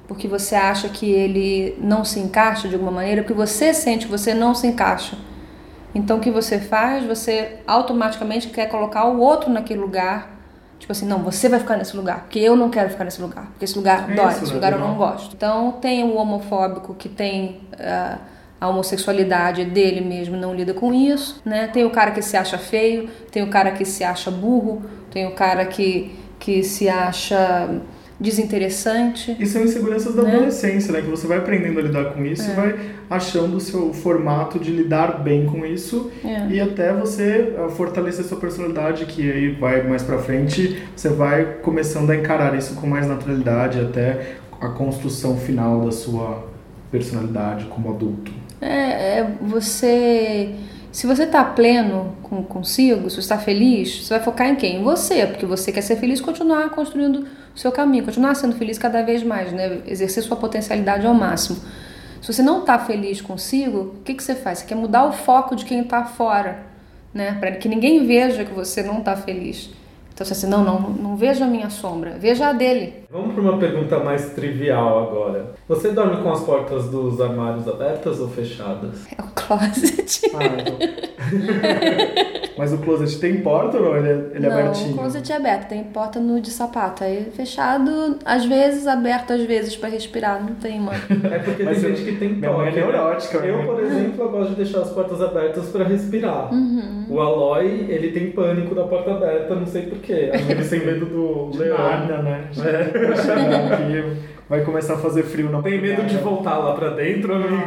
porque você acha que ele não se encaixa de alguma maneira, porque você sente que você não se encaixa. Então o que você faz? Você automaticamente quer colocar o outro naquele lugar. Tipo assim, não, você vai ficar nesse lugar, porque eu não quero ficar nesse lugar, porque esse lugar É dói, isso, esse né? lugar eu Não. não gosto. Então tem o homofóbico que tem uh, a homossexualidade dele mesmo, não lida com isso, né? Tem o cara que se acha feio, tem o cara que se acha burro, tem o cara que, que se acha desinteressante. E são inseguranças da Né? adolescência, né? Que você vai aprendendo a lidar com isso É. e vai achando o seu formato de lidar bem com isso É. e até você ah, fortalecer sua personalidade, que aí vai mais pra frente, você vai começando a encarar isso com mais naturalidade até a construção final da sua personalidade como adulto. É, é você... Se você tá pleno com, consigo, se você tá feliz, você vai focar em quem? Em você, porque você quer ser feliz e continuar construindo o seu caminho, continuar sendo feliz cada vez mais, né? Exercer sua potencialidade ao máximo. Se você não tá feliz consigo, o que, que você faz? Você quer mudar o foco de quem tá fora, né? Para que ninguém veja que você não tá feliz. Então você assim, não, não, não veja a minha sombra, veja a dele. Vamos para uma pergunta mais trivial agora. Você dorme com as portas dos armários abertas ou fechadas? É o closet. Ah, então. Mas o closet tem porta ou não? Ele é, ele é Não, abertinho? o closet é aberto, tem porta no de sapato. Aí fechado, às vezes, aberto às vezes pra respirar. Não tem, mano. É porque Mas tem eu- gente que tem minha mãe é toque, né? neurótica, Eu, né? por exemplo, eu gosto de deixar as portas abertas para respirar. Uhum. O Aloy, ele tem pânico da porta aberta, não sei porquê. Acho que ele tem medo do De leão. nada, né? É. Vai chegar aqui, vai começar a fazer frio na Tem medo de voltar lá pra dentro, amigo?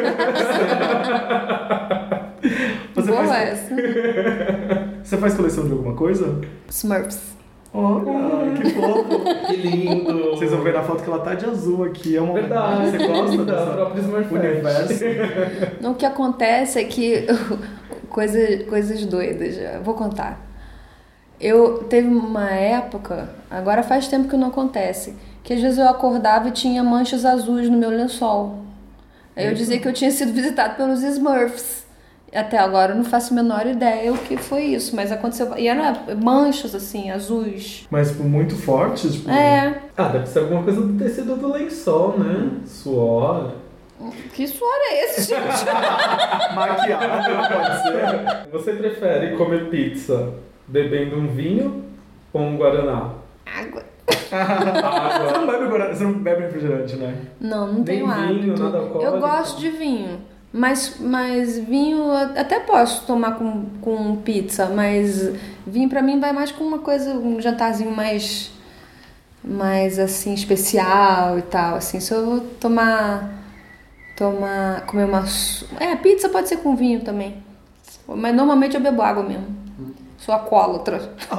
Você Boa faz, essa. você faz coleção de alguma coisa? Smurfs. Olha, que fofo. Que lindo! Vocês vão ver na foto que ela tá de azul aqui. É uma Verdade. Você gosta da dessa própria Smurfette. universo? Não, o que acontece é que... Coisa, coisas doidas, já vou contar. Eu teve uma época, agora faz tempo que não acontece, que às vezes eu acordava e tinha manchas azuis no meu lençol. Aí eu dizia que eu tinha sido visitado pelos Smurfs. Até agora eu não faço a menor ideia o que foi isso, mas aconteceu. E eram manchas assim, azuis. Mas tipo, muito fortes? Tipo, É. Ah, deve ser alguma coisa do tecido do lençol, né? Suor. Que suor é esse, gente? maquiagem, pode ser. Você prefere comer pizza bebendo um vinho ou um guaraná? Água. Você Água. não bebe guaraná, você não bebe refrigerante, né? Não, não Nem tenho vinho, hábito. nada alcoólico? Eu gosto de vinho. Mas, mas vinho eu até posso tomar com, com pizza, mas vinho pra mim vai mais com uma coisa, um jantarzinho mais, mais assim, especial e tal. Assim, se eu vou tomar, tomar, comer uma... su- É, pizza pode ser com vinho também. Mas normalmente eu bebo água mesmo. Sou alcoólatra.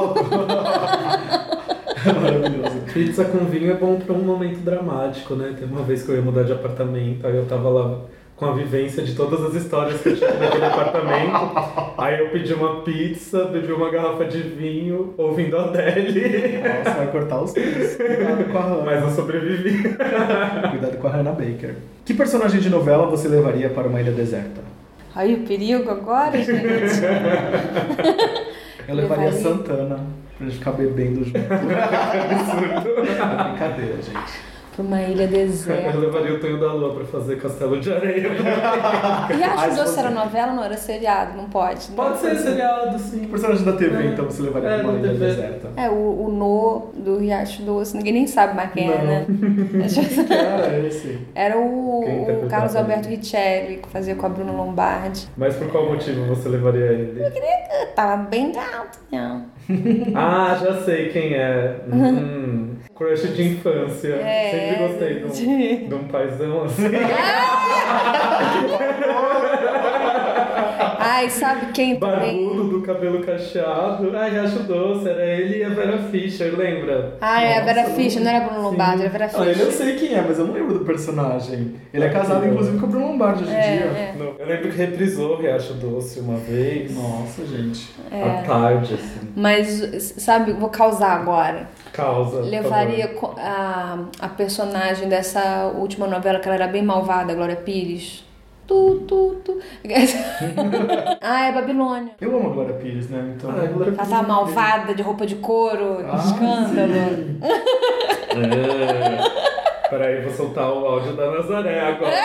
Maravilhoso. Pizza com vinho é bom pra um momento dramático, né? Tem uma vez que eu ia mudar de apartamento, aí eu tava lá com a vivência de todas as histórias que eu tinha naquele apartamento. Aí eu pedi uma pizza, bebi uma garrafa de vinho, ouvindo a Adele. Nossa, vai cortar os dedos. Cuidado com a Hannah. Mas eu sobrevivi. Cuidado com a Hannah Baker. Que personagem de novela você levaria para uma ilha deserta? Ai, o perigo agora, gente. Eu levaria Levaria- Santana pra gente ficar bebendo junto. É brincadeira, gente. Pra uma ilha Eu deserta. levaria o Tonho da Lua pra fazer Castelo de Areia. E Ah, acho se doce você- era novela, não era seriado, não pode. né? Pode ser seriado, sim. Personagem da T V, É. então, você levaria É, para uma da ilha T V. deserta. É, o, o No do Riacho Doce, ninguém nem sabe mais quem é, Não. né? Cara, esse. Era o, Quem o interpretava Carlos ele? Alberto Richelli, que fazia com a Bruna Lombardi. Mas por qual motivo você levaria ele? Eu tava bem alto, não. Ah, já sei quem é. Hum, crush de infância. É. Sempre gostei de um, de um paizão assim. Ai, sabe quem também? Barbudo, do cabelo cacheado. Ai, Riacho Doce, era ele e a Vera Fischer, lembra? Ah, é a Vera Nossa, Fischer, não era a Bruna Lombardi, era a Vera Ah, ele eu Fischer. sei quem é, mas eu não lembro do personagem. Ele é casado, inclusive, com o Bruno Lombardi hoje em É, dia. é. Não, eu lembro que reprisou Riacho Doce uma vez. Nossa, gente. À tarde, assim. Mas, sabe, vou causar agora. Causa. por Levaria co- a, a personagem dessa última novela, que ela era bem malvada, a Glória Pires. Tu, tu, tu. Ah, é Babilônia. Eu amo a Glória Pires, né? Então. favor. Ah, Glória Ela tava malvada, de roupa de couro, Ah, escândalo. sim. É. Peraí, vou soltar o áudio da Nazaré agora.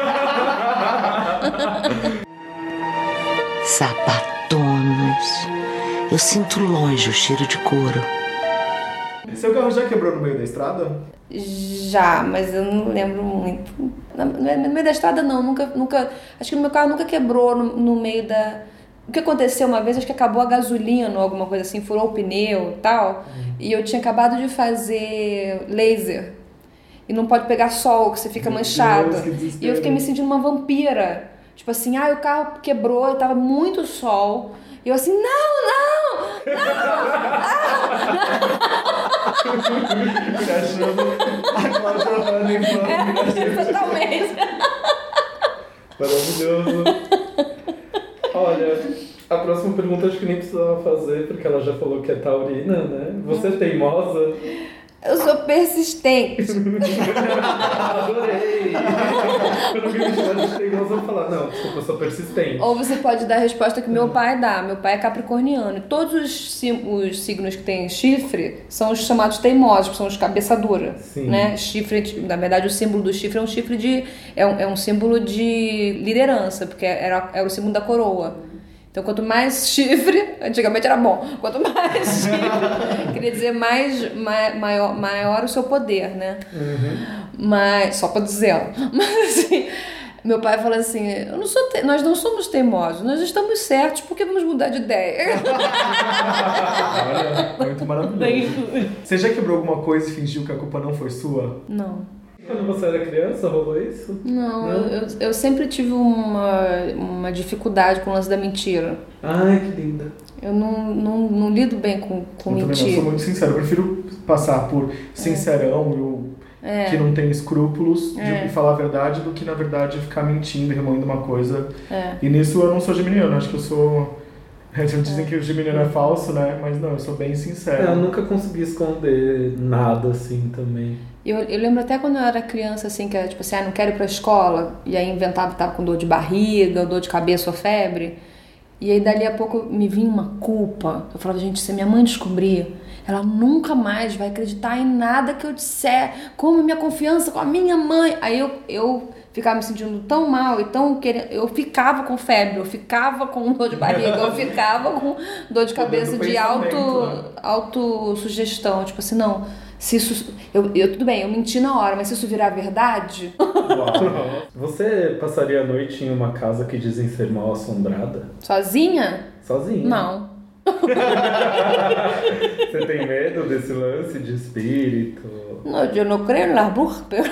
Sapatonos. Eu sinto longe o cheiro de couro. Seu carro já quebrou no meio da estrada? Já, mas eu não lembro muito. Na- No meio da estrada não, nunca, nunca. Acho que o meu carro nunca quebrou no, no meio da. O que aconteceu uma vez, acho que acabou a gasolina ou alguma coisa assim, furou o pneu e tal. E eu tinha acabado de fazer laser. E não pode pegar sol, que você fica Meu manchado. Deus, que desespero. E eu fiquei me sentindo uma vampira. Tipo assim, ah, o carro quebrou, e tava muito sol. E eu assim, não, não, Achando a Cláudia Hanna em não. Totalmente. Maravilhoso. Olha, a próxima pergunta acho que nem precisava fazer, porque ela já falou que é taurina, né? Você é teimosa? Eu sou persistente. Adorei! Quando alguém me chama de teimosa, eu vou falar, não, desculpa, eu sou persistente. Ou você pode dar a resposta que meu pai dá. Meu pai é capricorniano. Todos os, sim- os signos que têm chifre são os chamados teimosos, que são os cabeça dura. Sim. Né? Chifre, de- na verdade, o símbolo do chifre é um chifre de. É um, é um símbolo de liderança, porque era, era o símbolo da coroa. Então, quanto mais chifre, antigamente era bom, quanto mais chifre, queria dizer mais, ma- maior, maior o seu poder, né? Mas, só pra dizer, ó. Mas assim, meu pai fala assim, eu não sou te- nós não somos teimosos, nós estamos certos, por que vamos mudar de ideia? Olha, muito maravilhoso. Você já quebrou alguma coisa e fingiu que a culpa não foi sua? Não. Quando você era criança, rolou isso? Não, Não? Eu, eu, eu sempre tive uma, uma dificuldade com o lance da mentira. Ai, que linda. Eu não, não, não lido bem com, com Eu também não, mentira. sou muito sincero. Eu prefiro passar por sincerão e o É. que não tem escrúpulos de É. falar a verdade do que, na verdade, ficar mentindo e remoendo uma coisa. É. E nisso eu não sou geminiano, acho que eu sou... Eles dizem que o geminiano é falso, né? Mas não, eu sou bem sincero. É, eu nunca consegui esconder nada assim também. Eu, eu lembro até quando eu era criança, assim, que era tipo assim, ah, não quero ir pra escola. E aí inventava que tava com dor de barriga, ou dor de cabeça ou febre. E aí dali a pouco me vinha uma culpa. Eu falava, gente, se a minha mãe descobrir, ela nunca mais vai acreditar em nada que eu disser. Como minha confiança com a minha mãe. Aí eu, eu ficava me sentindo tão mal e tão querendo. Eu ficava com febre, eu ficava com dor de barriga, eu ficava com dor de cabeça Poder do de auto, pensamento, né? autossugestão. Tipo assim, não. Se isso, eu, eu, tudo bem, eu menti na hora, mas se isso virar verdade. Uau. Você passaria a noite em uma casa que dizem ser mal assombrada? Sozinha? Sozinha? Não. Você tem medo desse lance de espírito? No, yo no creo en las brujas, pero...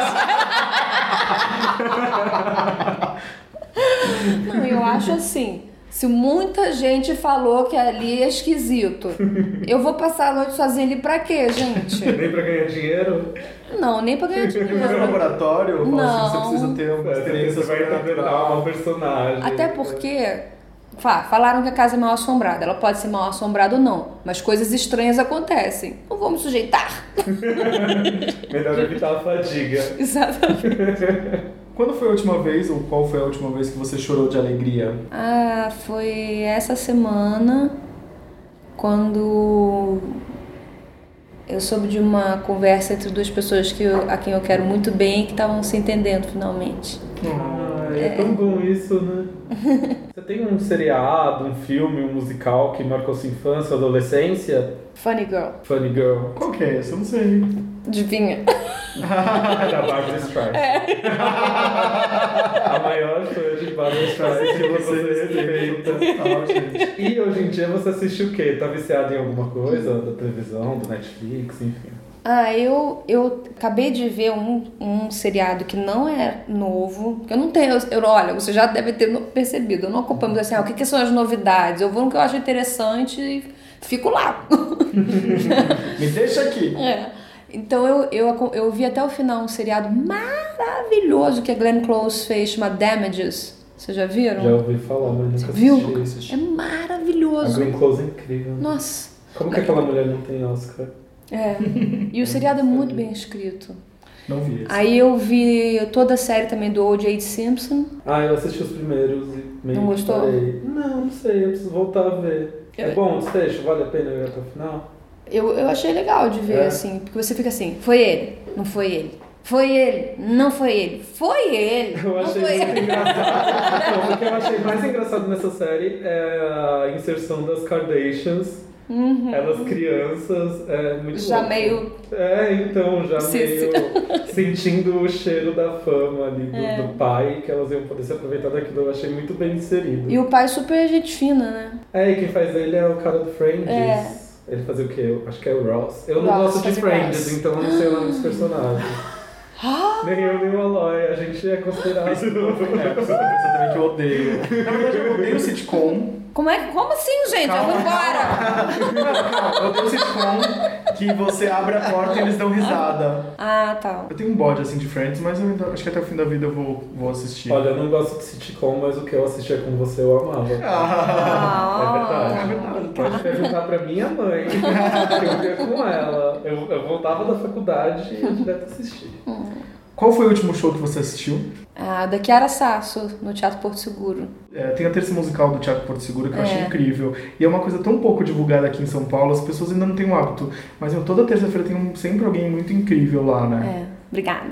Não, eu acho assim, se muita gente falou que ali é esquisito, eu vou passar a noite sozinha ali pra quê, gente? Nem pra ganhar dinheiro? Não, nem pra ganhar Mas no dinheiro. laboratório, eu falo assim, Não. você precisa ter uma É, experiência você vai interpretar uma personagem. Até porque, fa- falaram que a casa é mal assombrada, ela pode ser mal assombrada ou não, mas coisas estranhas acontecem. Não vou me sujeitar. Melhor evitar a fadiga. Exatamente. Quando foi a última vez, ou qual foi a última vez que você chorou de alegria? Ah, foi essa semana, quando eu soube de uma conversa entre duas pessoas que eu, a quem eu quero muito bem e que estavam se entendendo finalmente. Ah, é tão bom isso, né? Você tem um seriado, um filme, um musical que marcou sua infância, adolescência? Funny Girl. Funny Girl. Qual que é esse? Eu não sei. Adivinha? Da Barbra Streisand. A maior fã de Barbra Streisand que você respeita. Ah, gente. E hoje em dia você assiste o quê? Tá viciado em alguma coisa? Da televisão, do Netflix, enfim. Ah, eu, eu acabei de ver um, um seriado que não é novo. Que eu não tenho. Eu, olha, você já deve ter no- percebido. Eu não acompanho assim, ah, o que, que são as novidades. Eu vou no que eu acho interessante e fico lá. Me deixa aqui. É. Então eu, eu, aco- eu vi até o final um seriado maravilhoso que a Glenn Close fez, chamado Damages. Vocês já viram? Já ouvi falar, mas nunca Viu? assisti. É A maravilhoso. Glenn Close é incrível. né? Nossa. Como que aquela mulher não tem Oscar? É. E o seriado é muito bem escrito. Não vi esse. Aí eu vi toda a série também do O J Simpson. Ah, eu assisti os primeiros e meio Não que gostou? parei. Não, não sei, eu preciso voltar a ver. É Eu- bom o desfecho? Vale a pena ir até o final? Eu, eu achei legal de ver, É. assim, porque você fica assim, foi ele, não foi ele. Foi ele, não foi ele, foi ele. Eu não achei foi muito ele. engraçado. O que eu achei mais engraçado nessa série é a inserção das Kardashians. Uhum. Elas crianças, é muito Já louco. meio. É, então, já Sim, meio sentindo o cheiro da fama ali do, É. do pai, que elas iam poder se aproveitar daquilo. Eu achei muito bem inserido. E o pai super gente fina, né? É, e quem faz ele é o cara do Friends. É. Ele fazia o quê? Eu acho que é o Ross. Eu não Ross, gosto de fazia Friends, Ross. então eu não sei o nome dos personagens. Nem eu, nem o Aloy. A gente é considerado... É, você também que eu odeio. Na verdade, eu odeio sitcom. Como é que. Como assim, gente? Eu vou embora! Eu odeio sitcom que você abre a porta e eles dão risada. Ah, tá. Eu tenho um bode assim de Friends, mas eu ainda, acho que até o fim da vida eu vou, vou assistir. Olha, eu não gosto de sitcom, mas o que eu assistia com você eu amava. Ah, É verdade. Pode perguntar pra minha mãe, que eu via com ela. Eu, eu voltava da faculdade e eu direto assistia. Qual foi o último show que você assistiu? Ah, da Chiara Sasso, no Teatro Porto Seguro. É, tem a terça musical do Teatro Porto Seguro que eu É. achei incrível. E é uma coisa tão pouco divulgada aqui em São Paulo, as pessoas ainda não têm o hábito. Mas eu, toda terça-feira tem um- sempre alguém muito incrível lá, né? É, obrigada.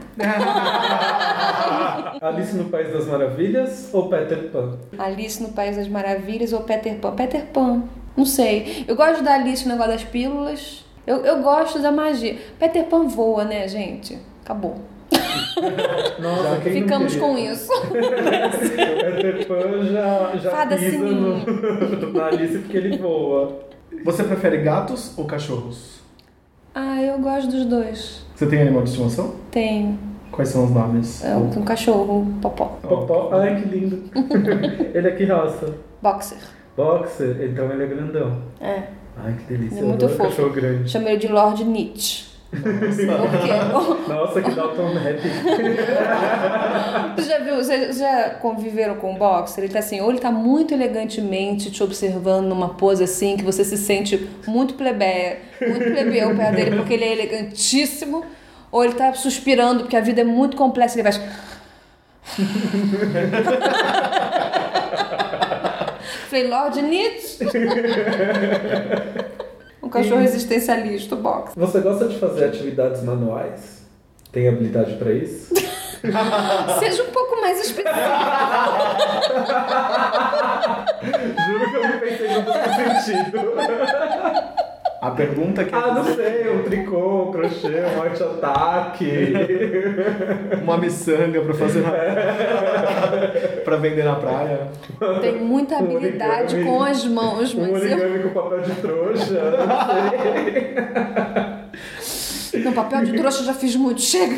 Alice no País das Maravilhas ou Peter Pan? Alice no País das Maravilhas ou Peter Pan? Peter Pan, não sei. Eu gosto da Alice no negócio das pílulas. Eu, eu gosto da magia. Peter Pan voa, né, gente? Acabou. Nossa, quem não Ficamos queria? com isso. O Peter Pan já, já Fada pisa no, na Alice porque ele voa. Você prefere gatos ou cachorros? Ah, eu gosto dos dois. Você tem animal de estimação? Tem Quais são os nomes? é, um cachorro, Popó. Popó, ai que lindo. Ele é que raça? Boxer. Boxer, então ele é grandão. É. Ai que delícia, Ele é eu muito adoro fofo. cachorro grande. Chamo ele de Lord Nietzsche. Por quê? Nossa, que Dalton Rap. Você já viu, vocês já conviveram com o boxer? Ele tá assim, ou ele tá muito elegantemente te observando numa pose assim, que você se sente muito plebeia, muito plebeu perto dele porque ele é elegantíssimo, ou ele tá suspirando porque a vida é muito complexa, ele vai... Falei, Lord Nietzsche. Um cachorro existencialista, o boxer. Você gosta de fazer atividades manuais? Tem habilidade pra isso? Seja um pouco mais específico. Juro que eu não pensei no mesmo sentido. A pergunta que Ah, não sei, um tricô, um crochê, um arte-ataque. uma miçanga pra fazer na... pra vender na praia. Tem muita Um habilidade origami. com as mãos, Um mas eu... origami com papel de trouxa, não sei. Não, papel de trouxa eu já fiz muito, chega.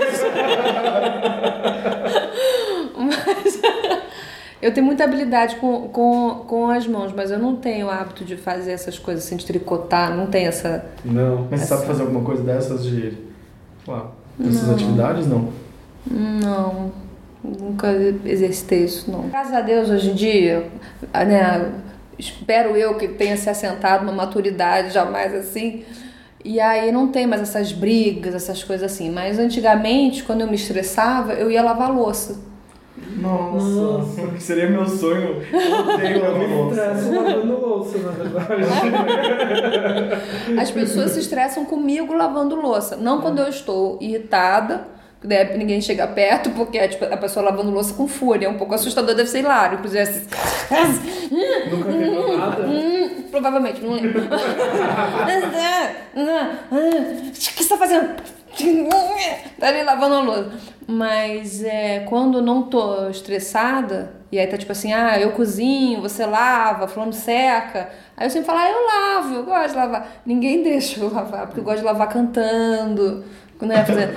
Mas eu tenho muita habilidade com, com, com as mãos, mas eu não tenho o hábito de fazer essas coisas assim, de tricotar, não tenho essa... Não. Mas você sabe fazer alguma coisa dessas de... sei lá, dessas atividades? Não. Não, nunca exercitei isso, não. Graças a Deus, hoje em dia, né, espero eu que tenha se assentado uma maturidade jamais assim, e aí não tem mais essas brigas, essas coisas assim. Mas antigamente, quando eu me estressava, eu ia lavar louça. Nossa, Nossa. que seria meu sonho. Eu odeio Eu lavar me louça. estresso lavando louça, na verdade. As pessoas se estressam comigo lavando louça. Não quando eu estou irritada, daí ninguém chega perto, porque é tipo, a pessoa lavando louça com fúria. É um pouco assustador, deve ser hilário. Inclusive, assim... Nunca quebrou nada. Hum, provavelmente, não lembro. O que você tá fazendo? Tá ali lavando a louça. Mas é, quando eu não tô estressada, e aí tá tipo assim, ah, eu cozinho, você lava, fulano seca. Aí eu sempre falo, ah, eu lavo, eu gosto de lavar. Ninguém deixa eu lavar, porque eu gosto de lavar cantando. Quando eu ia fazer...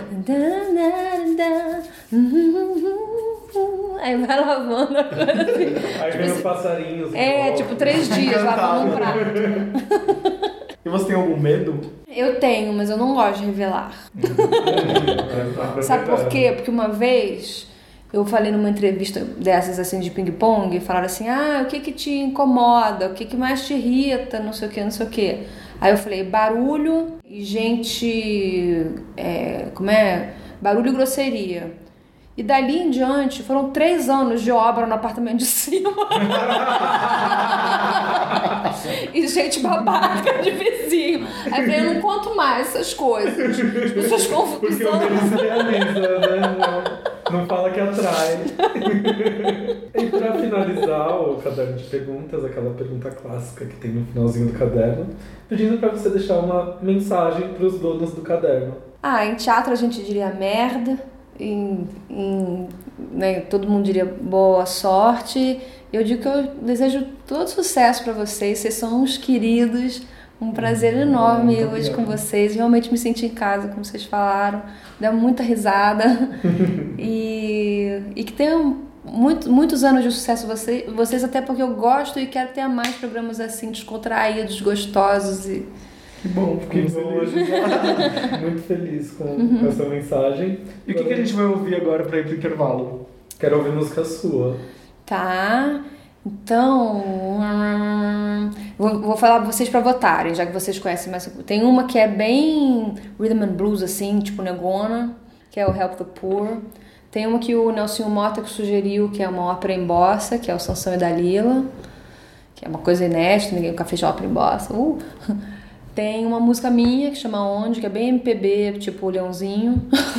Aí vai lavando a coisa assim. Aí vem os passarinhos. É, volta. tipo, três dias lavando um prato. E você tem algum medo? Eu tenho, mas eu não gosto de revelar. É, Sabe por quê? Porque uma vez eu falei numa entrevista dessas assim de ping-pong e falaram assim, ah, o que que te incomoda? O que que mais te irrita? Não sei o que, não sei o que. Aí eu falei, barulho e gente... É, como é? Barulho e grosseria. E dali em diante, foram três anos de obra no apartamento de cima. e gente babaca de vizinho. Aí eu falei, eu não conto mais essas coisas. As pessoas confusão. Porque o deles realiza, né? Não, não fala que atrai. E pra finalizar o caderno de perguntas, aquela pergunta clássica que tem no finalzinho do caderno, pedindo pra você deixar uma mensagem pros donos do caderno. Ah, em teatro a gente diria merda, em, em, né, todo mundo diria boa sorte. Eu digo que eu desejo todo sucesso pra vocês, vocês são uns queridos, um prazer enorme Muito hoje obrigado. com vocês, realmente me senti em casa, como vocês falaram, deu muita risada e, e que tenham muito, muitos anos de sucesso vocês, vocês, até porque eu gosto e quero ter mais programas assim, descontraídos, gostosos e... Que bom, fiquei Que bom, feliz. muito feliz com, com essa mensagem. E o que, que a gente vai ouvir agora pra ir pro intervalo? Quero ouvir música sua. Tá, então hum, vou, vou falar pra vocês pra votarem, já que vocês conhecem, mas tem uma que é bem rhythm and blues assim, tipo negona, que é o Help the Poor. Tem uma que o Nelson Mota que sugeriu, que é uma ópera em bossa, que é o Sansão e Dalila, que é uma coisa inédita, ninguém nunca fez ópera em bossa. Uh. Tem uma música minha que chama Onde, que é bem M P B, tipo o Leãozinho.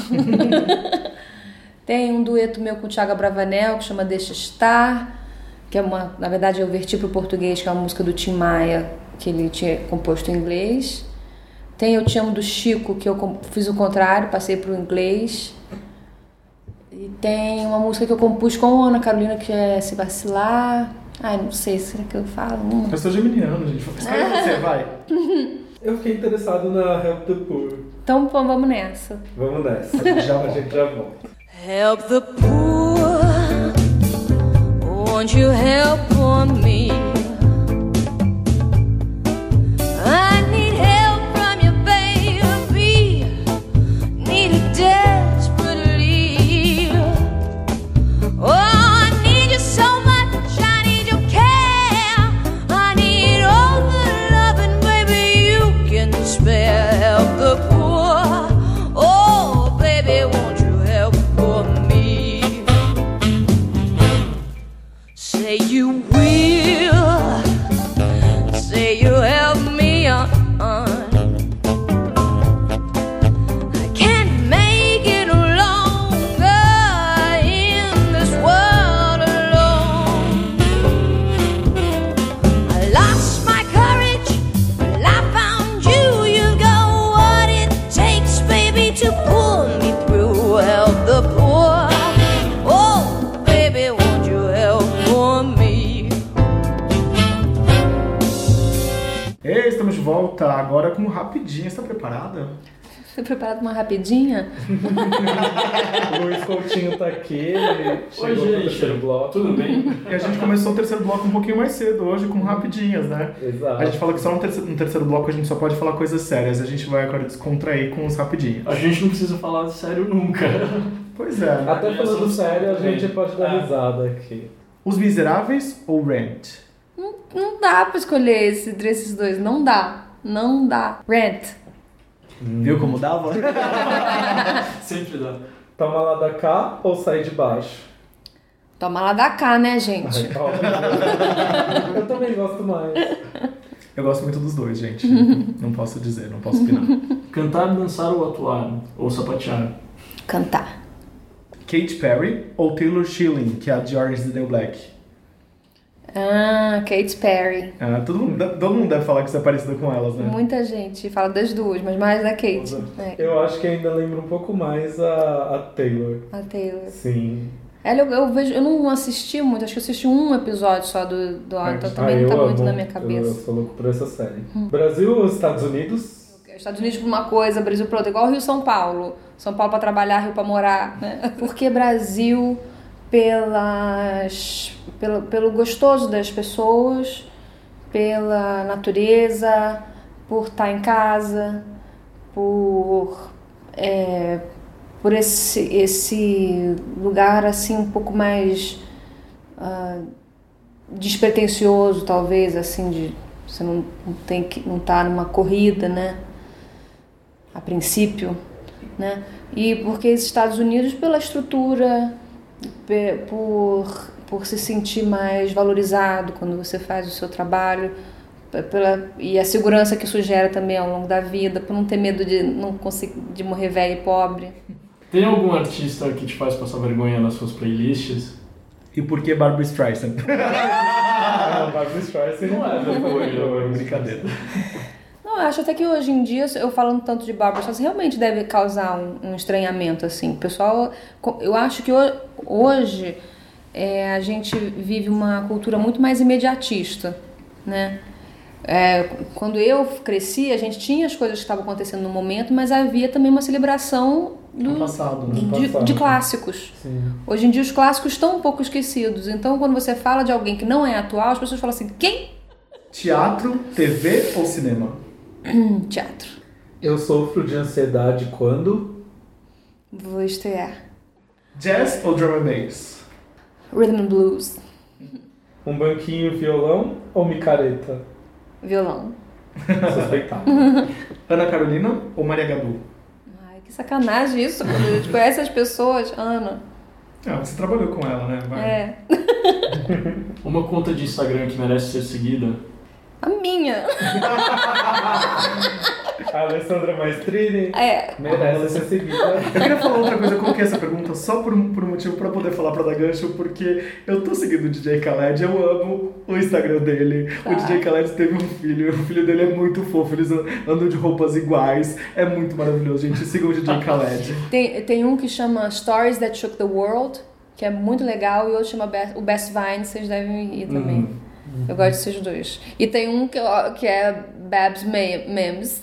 Tem um dueto meu com o Thiago Bravanel que chama Deixa Estar, que é uma, na verdade eu verti pro português, que é uma música do Tim Maia, que ele tinha composto em inglês. Tem Eu Te Amo do Chico, que eu fiz o contrário, passei pro inglês. E tem uma música que eu compus com a Ana Carolina, que é Se Vacilar. Ai, não sei, será que eu falo? Hum. Eu sou geminiano, gente. Escolhe você, vai. Eu fiquei interessado na Help the Poor. Então vamos nessa. Vamos nessa, a gente já, a gente já volta. Help the poor, won't you help poor me? I need help from you, baby, need it desperately. Oh, I need you so much, I need your care, I need all the loving, baby, you can spare. Help the poor, oh, baby, won't you help for me? Say you will, say you'll help me on. I can't make it longer in this world alone. I lost my courage, but I found you. You got what it takes, baby, to pull me through. Help the poor, oh, baby, won't you help for me? Ei, estamos de volta agora com Rapidinho. Você tá preparada? Foi preparado uma rapidinha? O Luiz Coutinho tá aqui, ele chegou Oi, no gente. terceiro bloco. Tudo bem? E a gente começou o terceiro bloco um pouquinho mais cedo hoje, com Rapidinhas, né? Exato. A gente fala que só no terceiro, no terceiro bloco a gente só pode falar coisas sérias. A gente vai agora descontrair com os Rapidinhos. A gente não precisa falar sério nunca. Pois é. Até falando sério, a gente É. pode dar É. risada aqui. Os Miseráveis ou Rent? Não, não dá pra escolher esse, entre esses dois. Não dá. Não dá. Rent. Viu como dava? Sempre dá. Toma lá da cá ou sai de baixo? Toma lá da cá, né, gente? Ai, óbvio. Eu também gosto mais. Eu gosto muito dos dois, gente. Não posso dizer, não posso opinar. Cantar, dançar ou atuar? Ou sapatear? Cantar. Katy Perry ou Taylor Schilling, que é a de Orange is the New Black? Ah, Katy Perry. Ah, todo, mundo, todo mundo deve falar que você é parecida com elas, né? Muita gente fala das duas, mas mais da Katy. É, Eu acho que ainda lembro um pouco mais a, a Taylor. a Taylor. Sim. Ela, eu, eu vejo, eu não assisti muito, acho que eu assisti um episódio só do, do Ah, então ah, também não eu tá muito amo. na minha Eu, eu cabeça. sou louco por essa série. Brasil ou Estados Unidos? Estados Unidos pra uma coisa, Brasil pra outra, igual Rio São Paulo. São Paulo pra trabalhar, Rio pra morar, né? Porque Brasil, pelas, pelo, pelo gostoso das pessoas, pela natureza, por estar em casa, por, é, por esse, esse lugar assim um pouco mais uh, despretensioso, talvez, assim, de você não, não tem que não tá numa corrida, né? A princípio, né? E porque os Estados Unidos, pela estrutura, pe- por, por se sentir mais valorizado quando você faz o seu trabalho, Pela, e a segurança que isso gera também ao longo da vida, por não ter medo de não conseguir de morrer velho e pobre. Tem algum artista que te faz passar vergonha nas suas playlists? E por que Barbra Streisand? Ah, Barbra Streisand não é vergonha, brincadeira. Não, eu acho até que hoje em dia, eu falando tanto de Barbra Streisand, realmente deve causar um, um estranhamento, assim. O pessoal, eu acho que hoje é, a gente vive uma cultura muito mais imediatista, né? É, quando eu cresci, a gente tinha as coisas que estavam acontecendo no momento, mas havia também uma celebração do, No passado, né? de, passado. de clássicos. Sim. Hoje em dia os clássicos estão um pouco esquecidos. Então, quando você fala de alguém que não é atual, as pessoas falam assim, quem? Teatro, T V ou cinema? Hum, teatro. Eu sofro de ansiedade quando... Vou estrear. Jazz ou drum and bass? Rhythm and blues. Um banquinho, violão ou micareta? Violão. Suspeitado. Ana Carolina ou Maria Gadu? Ai, que sacanagem isso. Quando a gente conhece as pessoas, Ana. Ah, você trabalhou com ela, né? Vai. É. Uma conta de Instagram que merece ser seguida? A minha. A Alessandra Maestrini É. merece ser seguida. Eu queria falar outra coisa, eu coloquei essa pergunta só por um, por um motivo pra poder falar pra dar gancho, porque eu tô seguindo o D J Khaled, eu amo o Instagram dele. Tá. O D J Khaled teve um filho, o filho dele é muito fofo, eles andam de roupas iguais, é muito maravilhoso, gente. Sigam o D J Khaled. Tem, tem um que chama Stories That Shook the World, que é muito legal, e outro chama Best, o Best Vine, vocês devem ir também. Hum. Eu gosto desses dois. E tem um que, que é Babs Me- Memes.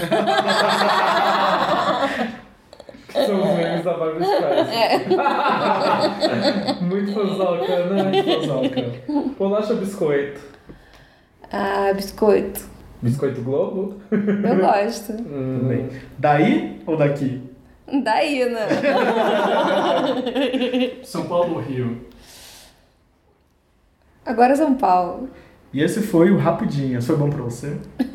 São os memes da Barbra Streisand. É. Muito fãzoca, né? Fãzoca. Bolacha ou biscoito? Ah, biscoito. Biscoito Globo? Eu gosto. Hum. Tudo bem. Daí ou daqui? Daí, né? São Paulo ou Rio? Agora São Paulo. E esse foi o Rapidinhas. Foi bom pra você?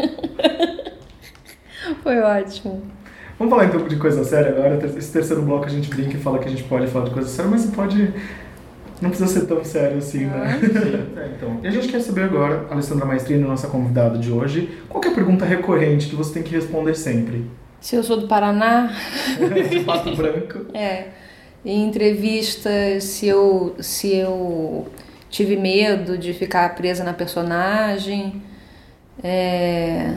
Foi ótimo. Vamos falar então de coisa séria agora. Esse terceiro bloco a gente brinca e fala que a gente pode falar de coisa séria, mas você pode... Não precisa ser tão sério assim, né? É, então. E a gente quer saber agora, Alessandra Maestrini, nossa convidada de hoje, qual que é a pergunta recorrente que você tem que responder sempre? Se eu sou do Paraná... Pato Branco. É. Em entrevistas, se eu... Se eu tive medo de ficar presa na personagem, é,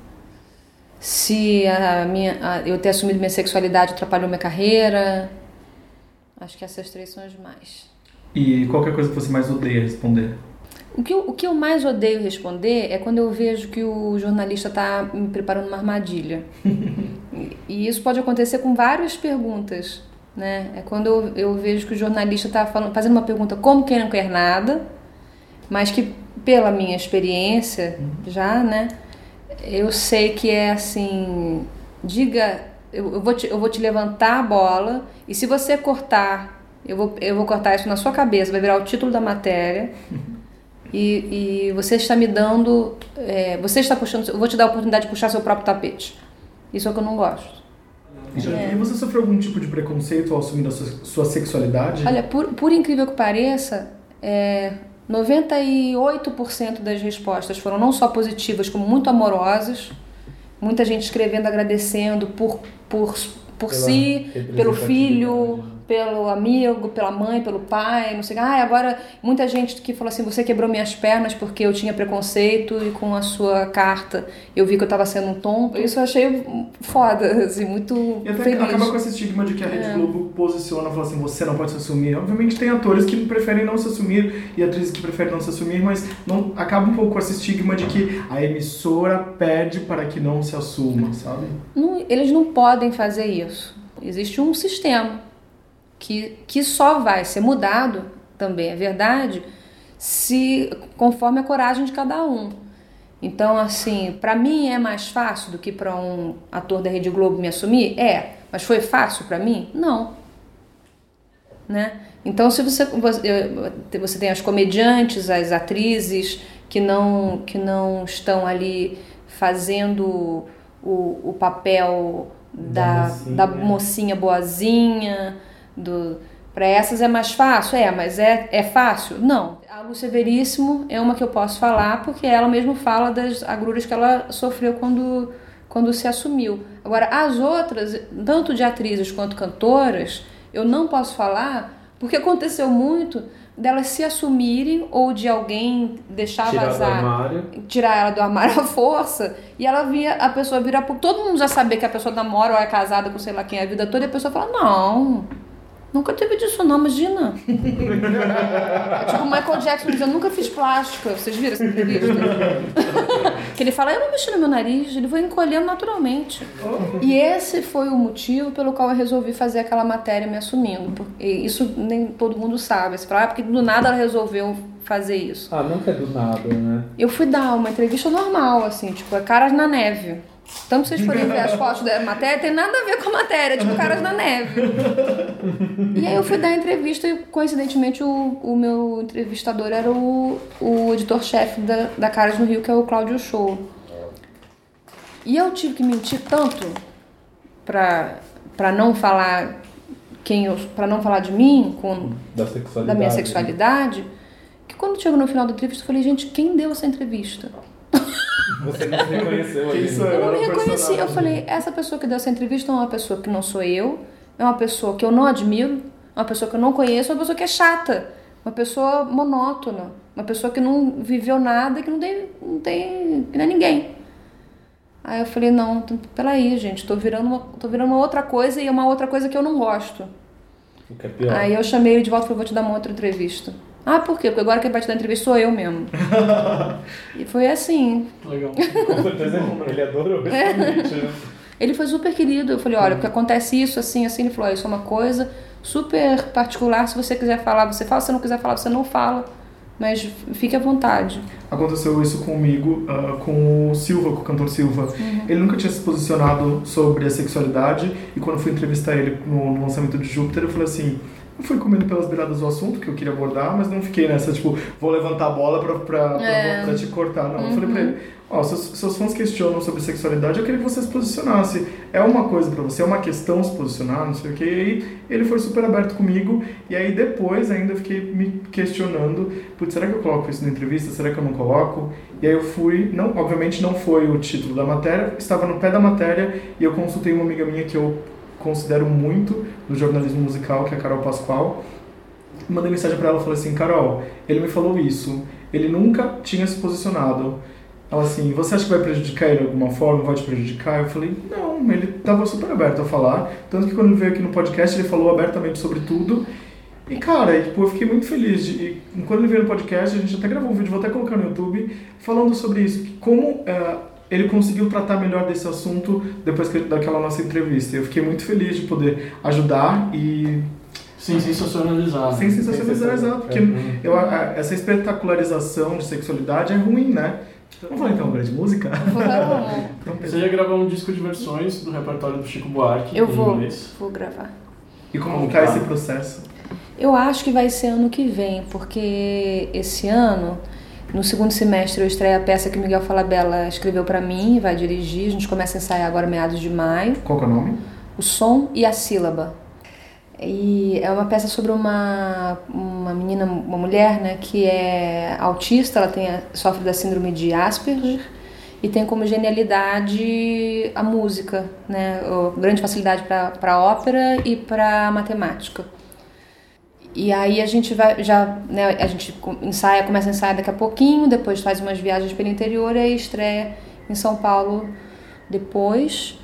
se a minha, a, eu ter assumido minha sexualidade atrapalhou minha carreira. Acho que essas três são as mais. E qualquer coisa que você mais odeia responder? O que, eu, o que eu mais odeio responder é quando eu vejo que o jornalista está me preparando uma armadilha. e, e isso pode acontecer com várias perguntas. Né? É quando eu, eu vejo que o jornalista está fazendo uma pergunta como quem não quer nada, mas que pela minha experiência já, né, eu sei que é assim, diga, eu, eu, vou te, eu vou te levantar a bola e se você cortar, eu vou, eu vou cortar isso na sua cabeça, vai virar o título da matéria e, e você está me dando, é, você está puxando, eu vou te dar a oportunidade de puxar seu próprio tapete. Isso é o que eu não gosto. É. E você sofreu algum tipo de preconceito ao assumir a sua, sua sexualidade? Olha, por, por incrível que pareça, é, noventa e oito por cento das respostas foram não só positivas, como muito amorosas. Muita gente escrevendo, agradecendo por, por, por si, pelo filho, pelo amigo, pela mãe, pelo pai, não sei o que. Ah, agora muita gente que falou assim, você quebrou minhas pernas porque eu tinha preconceito e com a sua carta eu vi que eu tava sendo um tonto. Isso eu achei foda, assim, muito e até feliz. acaba com esse estigma de que a Rede É. Globo posiciona, fala assim, você não pode se assumir. Obviamente tem atores que preferem não se assumir e atrizes que preferem não se assumir, mas não, acaba um pouco com esse estigma de que a emissora pede para que não se assuma, sabe? Não, eles não podem fazer isso. Existe um sistema que, que só vai ser mudado, também é verdade, se conforme a coragem de cada um. Então, assim, pra mim é mais fácil do que pra um ator da Rede Globo me assumir? É. Mas foi fácil pra mim? Não. Né? Então, se você, você tem as comediantes, as atrizes que não, que não estão ali fazendo o, o papel da, Da mocinha. da mocinha boazinha, do, Para essas é mais fácil? É, mas é, é fácil? Não. A Lúcia Veríssimo é uma que eu posso falar porque ela mesma fala das agruras que ela sofreu quando, quando se assumiu. Agora, as outras, tanto de atrizes quanto cantoras, eu não posso falar porque aconteceu muito delas se assumirem ou de alguém deixar Tirar vazar, do armário. tirar ela do armário à força, e ela via a pessoa virar... Todo mundo já sabia que a pessoa namora ou é casada com sei lá quem a vida toda, e a pessoa fala, não... Nunca teve disso não, imagina. É tipo o Michael Jackson dizendo, eu nunca fiz plástica. Vocês viram essa entrevista? Que ele fala, eu não mexi no meu nariz, ele foi encolhendo naturalmente. E esse foi o motivo pelo qual eu resolvi fazer aquela matéria me assumindo. Porque isso nem todo mundo sabe. Você fala, ah, porque do nada ela resolveu fazer isso. Ah, nunca é do nada, né? Eu fui dar uma entrevista normal, assim, tipo, Caras na Neve. Então, se vocês forem ver as fotos da matéria, tem nada a ver com a matéria, tipo Caras na Neve. E aí eu fui dar a entrevista e, coincidentemente, o, o meu entrevistador era o, o editor-chefe da, da Caras no Rio, que é o Cláudio Show. E eu tive que mentir tanto pra, pra não falar quem eu, pra não falar de mim, com, Da sexualidade. da minha sexualidade, que quando chegou no final da entrevista, eu falei, gente, quem deu essa entrevista? Você não se reconheceu Quem ali. sou Eu não me Era um reconheci. Eu personagem. falei, essa pessoa que deu essa entrevista é uma pessoa que não sou eu, é uma pessoa que eu não admiro, é uma pessoa que eu não conheço, é uma pessoa que é chata, uma pessoa monótona, uma pessoa que não viveu nada, que não tem, não tem, que não é ninguém. Aí eu falei, não, t- peraí, gente, tô virando, uma, tô virando uma outra coisa e é uma outra coisa que eu não gosto. O que é pior. Aí eu chamei ele de volta e falei, vou te dar uma outra entrevista. Ah, por quê? Porque agora quem vai te dar entrevista sou eu mesmo. E foi assim. Legal. Com certeza ele adorou esse convite, né? Ele foi super querido. Eu falei, olha, porque acontece isso, assim, assim. Ele falou, isso é uma coisa super particular. Se você quiser falar, você fala. Se você não quiser falar, você não fala. Mas fique à vontade. Aconteceu isso comigo, uh, com o Silva, com o cantor Silva. Uhum. Ele nunca tinha se posicionado sobre a sexualidade, e quando eu fui entrevistar ele no, no lançamento de Júpiter, eu falei assim, eu fui comendo pelas beiradas do assunto que eu queria abordar, mas não fiquei nessa, tipo, vou levantar a bola pra, pra, pra, É. pra te cortar. Não, Uhum. eu falei pra ele, ó, seus, seus fãs questionam sobre sexualidade, eu queria que você se posicionasse. É uma coisa pra você, é uma questão se posicionar, não sei o que. E aí ele foi super aberto comigo, e aí depois ainda fiquei me questionando, putz, será que eu coloco isso na entrevista? Será que eu não coloco? E aí eu fui, não, obviamente não foi o título da matéria, estava no pé da matéria, e eu consultei uma amiga minha que eu considero muito no jornalismo musical, que é a Carol Pascoal. Mandei mensagem pra ela e falei assim, Carol, ele me falou isso, ele nunca tinha se posicionado. Ela assim, você acha que vai prejudicar ele de alguma forma? Vai te prejudicar? Eu falei, não, ele estava super aberto a falar. Tanto que quando ele veio aqui no podcast, ele falou abertamente sobre tudo. E cara, e, tipo, eu fiquei muito feliz. De, e, quando ele veio no podcast, a gente até gravou um vídeo, vou até colocar no YouTube, falando sobre isso. Que como é, ele conseguiu tratar melhor desse assunto depois que, daquela nossa entrevista. Eu fiquei muito feliz de poder ajudar e... Sem sensacionalizar. Sem sensacionalizar, exato. Porque Uhum. eu, a- essa espetacularização de sexualidade é ruim, né? Vamos falar então agora de música? Vamos. Então, Você ia gravar um disco de versões do repertório do Chico Buarque Eu em vou, inglês. vou gravar. E como Como tá tá? esse processo? Eu acho que vai ser ano que vem, porque esse ano, no segundo semestre, eu estreio a peça que o Miguel Falabella escreveu pra mim, vai dirigir. A gente começa a ensaiar agora meados de maio. Qual que é o nome? O Som e a Sílaba. E é uma peça sobre uma, uma menina, uma mulher, né, que é autista, ela tem, a- sofre da síndrome de Asperger e tem como genialidade a música, né, o- grande facilidade para ópera e para matemática. E aí a gente vai, já, né, a gente co- ensaia, começa a ensaiar daqui a pouquinho, depois faz umas viagens pelo interior e aí estreia em São Paulo depois.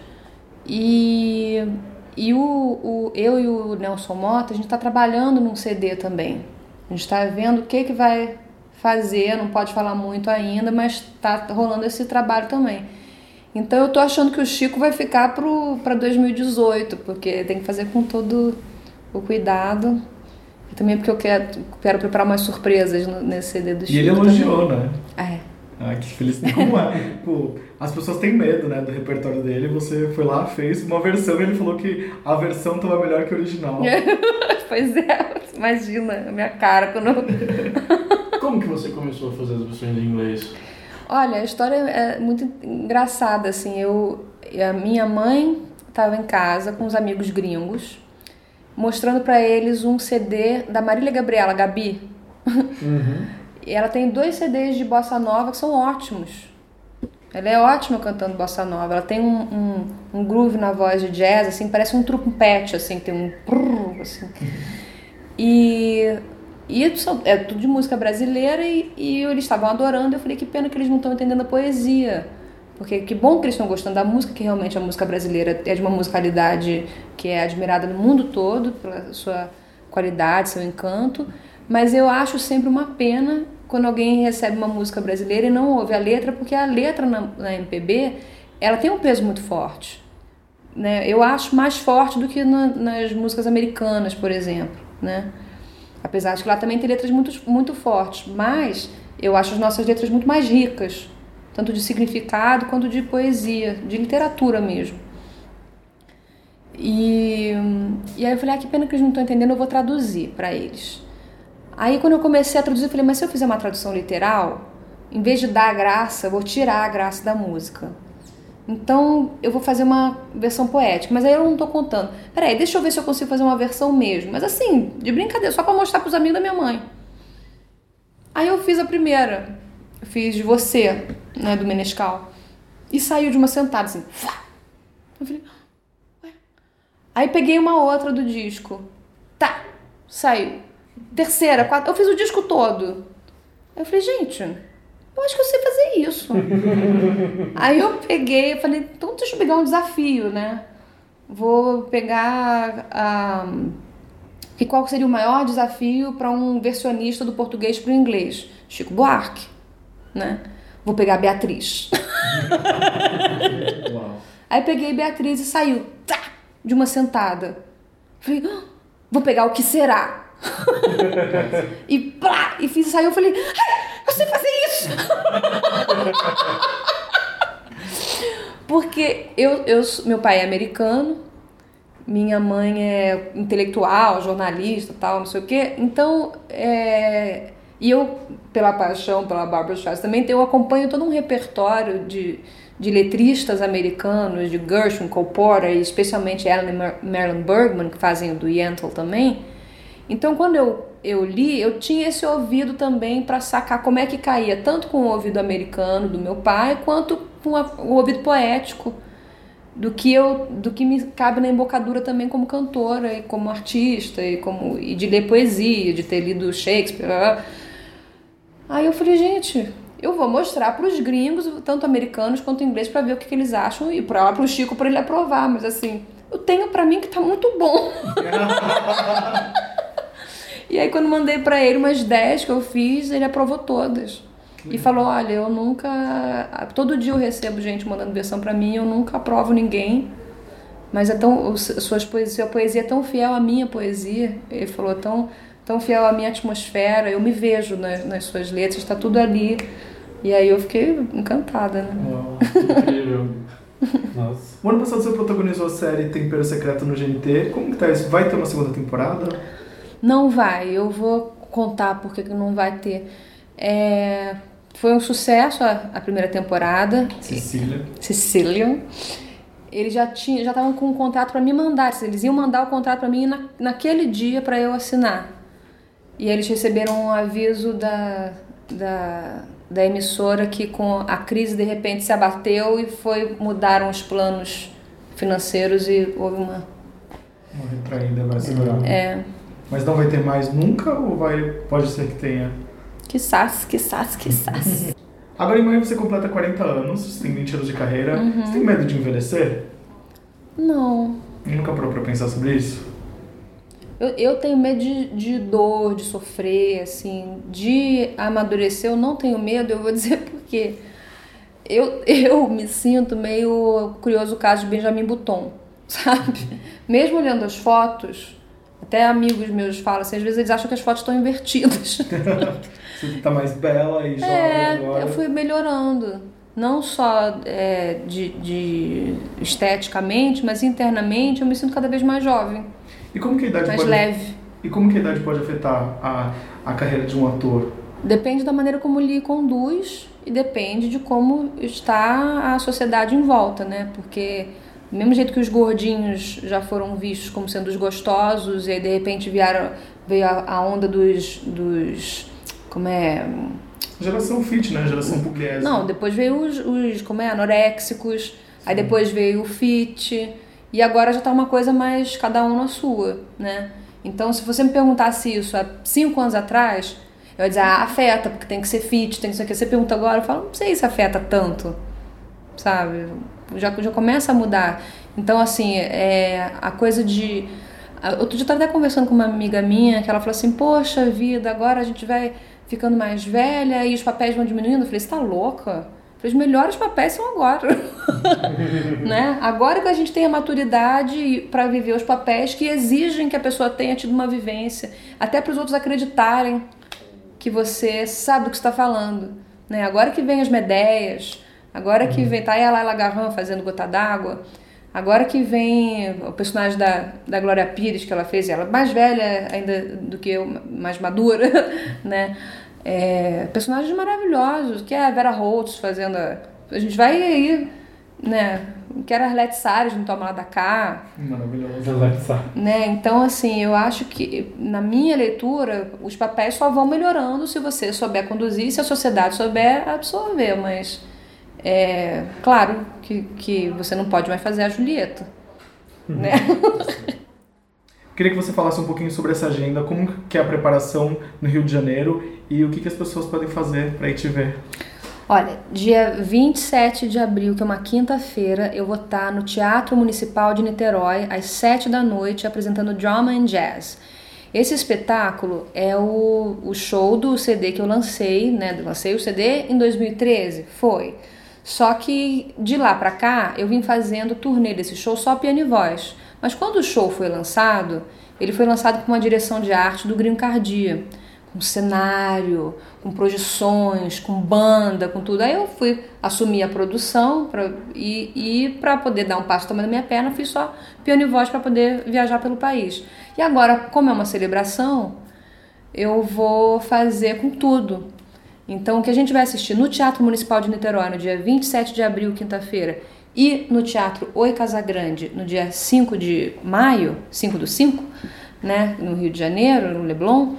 E, e o, o, eu e o Nelson Mota, a gente está trabalhando num C D também. A gente está vendo o que, que vai fazer, não pode falar muito ainda, mas está rolando esse trabalho também. Então eu tô achando que o Chico vai ficar para dois mil e dezoito, porque tem que fazer com todo o cuidado. E também porque eu quero, quero preparar umas surpresas no- nesse C D do Chico. E ele também. elogiou, né? É. Ah, que feliz. Como é? Pô, as pessoas têm medo, né, do repertório dele. Você foi lá, fez uma versão e ele falou que a versão estava melhor que a original. Pois é, imagina a minha cara quando eu... Como que você começou a fazer as versões em inglês? Olha, a história é muito engraçada, assim, eu... A minha mãe estava em casa com os amigos gringos, mostrando pra eles um C D da Marília Gabriela, Gabi. Uhum. E ela tem dois C Ds de bossa nova que são ótimos. Ela é ótima cantando bossa nova. Ela tem um, um, um groove na voz de jazz, assim, parece um trompete, assim, tem um prrr, assim. E, e é tudo de música brasileira e, e eles estavam adorando. Eu falei, que pena que eles não estão entendendo a poesia. Porque que bom que eles estão gostando da música, que realmente a música brasileira é de uma musicalidade que é admirada no mundo todo, pela sua qualidade, seu encanto. Mas eu acho sempre uma pena quando alguém recebe uma música brasileira e não ouve a letra, porque a letra na, na M P B, ela tem um peso muito forte. Né? Eu acho mais forte do que na, nas músicas americanas, por exemplo. Né? Apesar de que lá também tem letras muito, muito fortes, mas eu acho as nossas letras muito mais ricas, tanto de significado quanto de poesia, de literatura mesmo. E, e aí eu falei, ah, que pena que eles não estão entendendo, eu vou traduzir para eles. Aí quando eu comecei a traduzir, eu falei, mas se eu fizer uma tradução literal, em vez de dar a graça, eu vou tirar a graça da música. Então eu vou fazer uma versão poética, mas aí eu não tô contando. Peraí, deixa eu ver se eu consigo fazer uma versão mesmo. Mas assim, de brincadeira, só pra mostrar pros amigos da minha mãe. Aí eu fiz a primeira, eu fiz de Você, né, do Menescal. E saiu de uma sentada, assim. Eu falei, ué. Aí peguei uma outra do disco. Tá, saiu. Terceira, quarta, eu fiz o disco todo. Eu falei, gente, eu acho que eu sei fazer isso. Aí eu peguei, eu falei, então deixa eu pegar um desafio, né? Vou pegar a... E qual seria o maior desafio para um versionista do português para o inglês? Chico Buarque, né? Vou pegar a Beatriz. Uau. Aí peguei Beatriz e saiu, tá, de uma sentada. Falei, ah, vou pegar O Que Será? e plá, e fiz e saiu. Eu falei, ai, eu sei fazer isso. Porque eu, eu, meu pai é americano, minha mãe é intelectual, jornalista, tal, não sei o quê. Então, é, e eu, pela paixão pela Barbra Streisand, também eu acompanho todo um repertório de, de letristas americanos, de Gershwin, Cole Porter, e especialmente Ellen e Marilyn Bergman, que fazem o do Yentl também. Então, quando eu, eu li, eu tinha esse ouvido também para sacar como é que caía, tanto com o ouvido americano do meu pai, quanto com a, o ouvido poético do que, eu, do que me cabe na embocadura também como cantora, e como artista, e, como, e de ler poesia, de ter lido Shakespeare. Blá, blá. Aí eu falei, gente, eu vou mostrar para os gringos, tanto americanos quanto ingleses, para ver o que, que eles acham, e para o Chico, para ele aprovar, mas assim, eu tenho para mim que tá muito bom. E aí quando mandei pra ele umas dez que eu fiz, ele aprovou todas. E falou, olha, eu nunca... Todo dia eu recebo gente mandando versão pra mim, eu nunca aprovo ninguém. Mas é tão, suas poesias, sua poesia é tão fiel à minha poesia. Ele falou, tão, tão fiel à minha atmosfera. Eu me vejo nas, nas suas letras, está tudo ali. E aí eu fiquei encantada, né? Uau, incrível. Nossa. O ano passado você protagonizou a série Tempero Secreto no G N T. Como que tá isso? Vai ter uma segunda temporada? Não vai, eu vou contar porque que não vai ter. É, foi um sucesso a, a primeira temporada. Cecília. Cecília. Eles já tinham, já estavam com um contrato para me mandar. Eles iam mandar o contrato para mim na, naquele dia para eu assinar. E eles receberam um aviso da, da, da emissora que com a crise de repente se abateu e foi, mudaram os planos financeiros e houve uma... Uma retraída, vai ser. É. Mas não vai ter mais nunca ou vai, pode ser que tenha? Quissás, quissás, quissás. Agora em maio você completa quarenta anos, você tem vinte anos de carreira. Uhum. Você tem medo de envelhecer? Não. Nunca parou pra pensar sobre isso? Eu, eu tenho medo de, de dor, de sofrer, assim, de amadurecer. Eu não tenho medo, eu vou dizer por quê. Eu, eu me sinto meio curioso o caso de Benjamin Button, sabe? Mesmo olhando as fotos... Até amigos meus falam assim, às vezes eles acham que as fotos estão invertidas. Você tá mais bela e jovem é, agora. Eu fui melhorando. Não só é, de, de esteticamente, mas internamente eu me sinto cada vez mais jovem. E como que a idade mais pode... leve. E como que a idade pode afetar a, a carreira de um ator? Depende da maneira como ele conduz e depende de como está a sociedade em volta, né? Porque Do mesmo jeito que os gordinhos já foram vistos como sendo os gostosos, e aí de repente vieram, veio a, a onda dos, dos... Como é? Geração fit, né? Geração pugliese. Não, depois veio os, os como é? Anoréxicos, sim. Aí depois veio o fit, e agora já tá uma coisa mais cada um na sua, né? Então, se você me perguntasse isso há cinco anos atrás, eu ia dizer, ah, afeta, porque tem que ser fit, tem que ser o que. Você pergunta agora, eu falo, não sei se afeta tanto, sabe? Já, já começa a mudar. Então, assim, é, a coisa de... Outro dia eu estava até conversando com uma amiga minha, que ela falou assim, poxa vida, agora a gente vai ficando mais velha e os papéis vão diminuindo. Eu falei, você tá louca? Eu falei, os melhores papéis são agora. Né? Agora que a gente tem a maturidade para viver os papéis que exigem que a pessoa tenha tido uma vivência, até para os outros acreditarem que você sabe do que está falando. Né? Agora que vem as Medeias, agora que vem, tá aí a Laila Garran fazendo Gota d'Água, agora que vem o personagem da, da Glória Pires, que ela fez, ela mais velha ainda do que eu, mais madura, né? É, personagens maravilhosos, que é a Vera Holtz fazendo, a, a gente vai aí, né? Que era a Arlete Salles no Toma Lá da Cá. Maravilhosa, Arlete Salles. Né? Então, assim, eu acho que, na minha leitura, os papéis só vão melhorando se você souber conduzir, se a sociedade souber absorver, mas... É claro que, que você não pode mais fazer a Julieta, uhum. Né? Queria que você falasse um pouquinho sobre essa agenda, como que é a preparação no Rio de Janeiro e o que, que as pessoas podem fazer para ir te ver. Olha, dia vinte e sete de abril, que é uma quinta-feira, eu vou estar no Teatro Municipal de Niterói, às sete da noite, apresentando Drama and Jazz. Esse espetáculo é o, o show do C D que eu lancei, né? Lancei o C D em dois mil e treze, foi... Só que de lá pra cá eu vim fazendo turnê desse show só piano e voz. Mas quando o show foi lançado, ele foi lançado com uma direção de arte do Gringo Cardia, com cenário, com projeções, com banda, com tudo. Aí eu fui assumir a produção pra, e, e para poder dar um passo também na minha perna, fiz só piano e voz para poder viajar pelo país. E agora, como é uma celebração, eu vou fazer com tudo. Então, o que a gente vai assistir no Teatro Municipal de Niterói no dia vinte e sete de abril, quinta-feira, e no Teatro Oi Casagrande no dia cinco de maio, cinco do cinco, né, no Rio de Janeiro, no Leblon,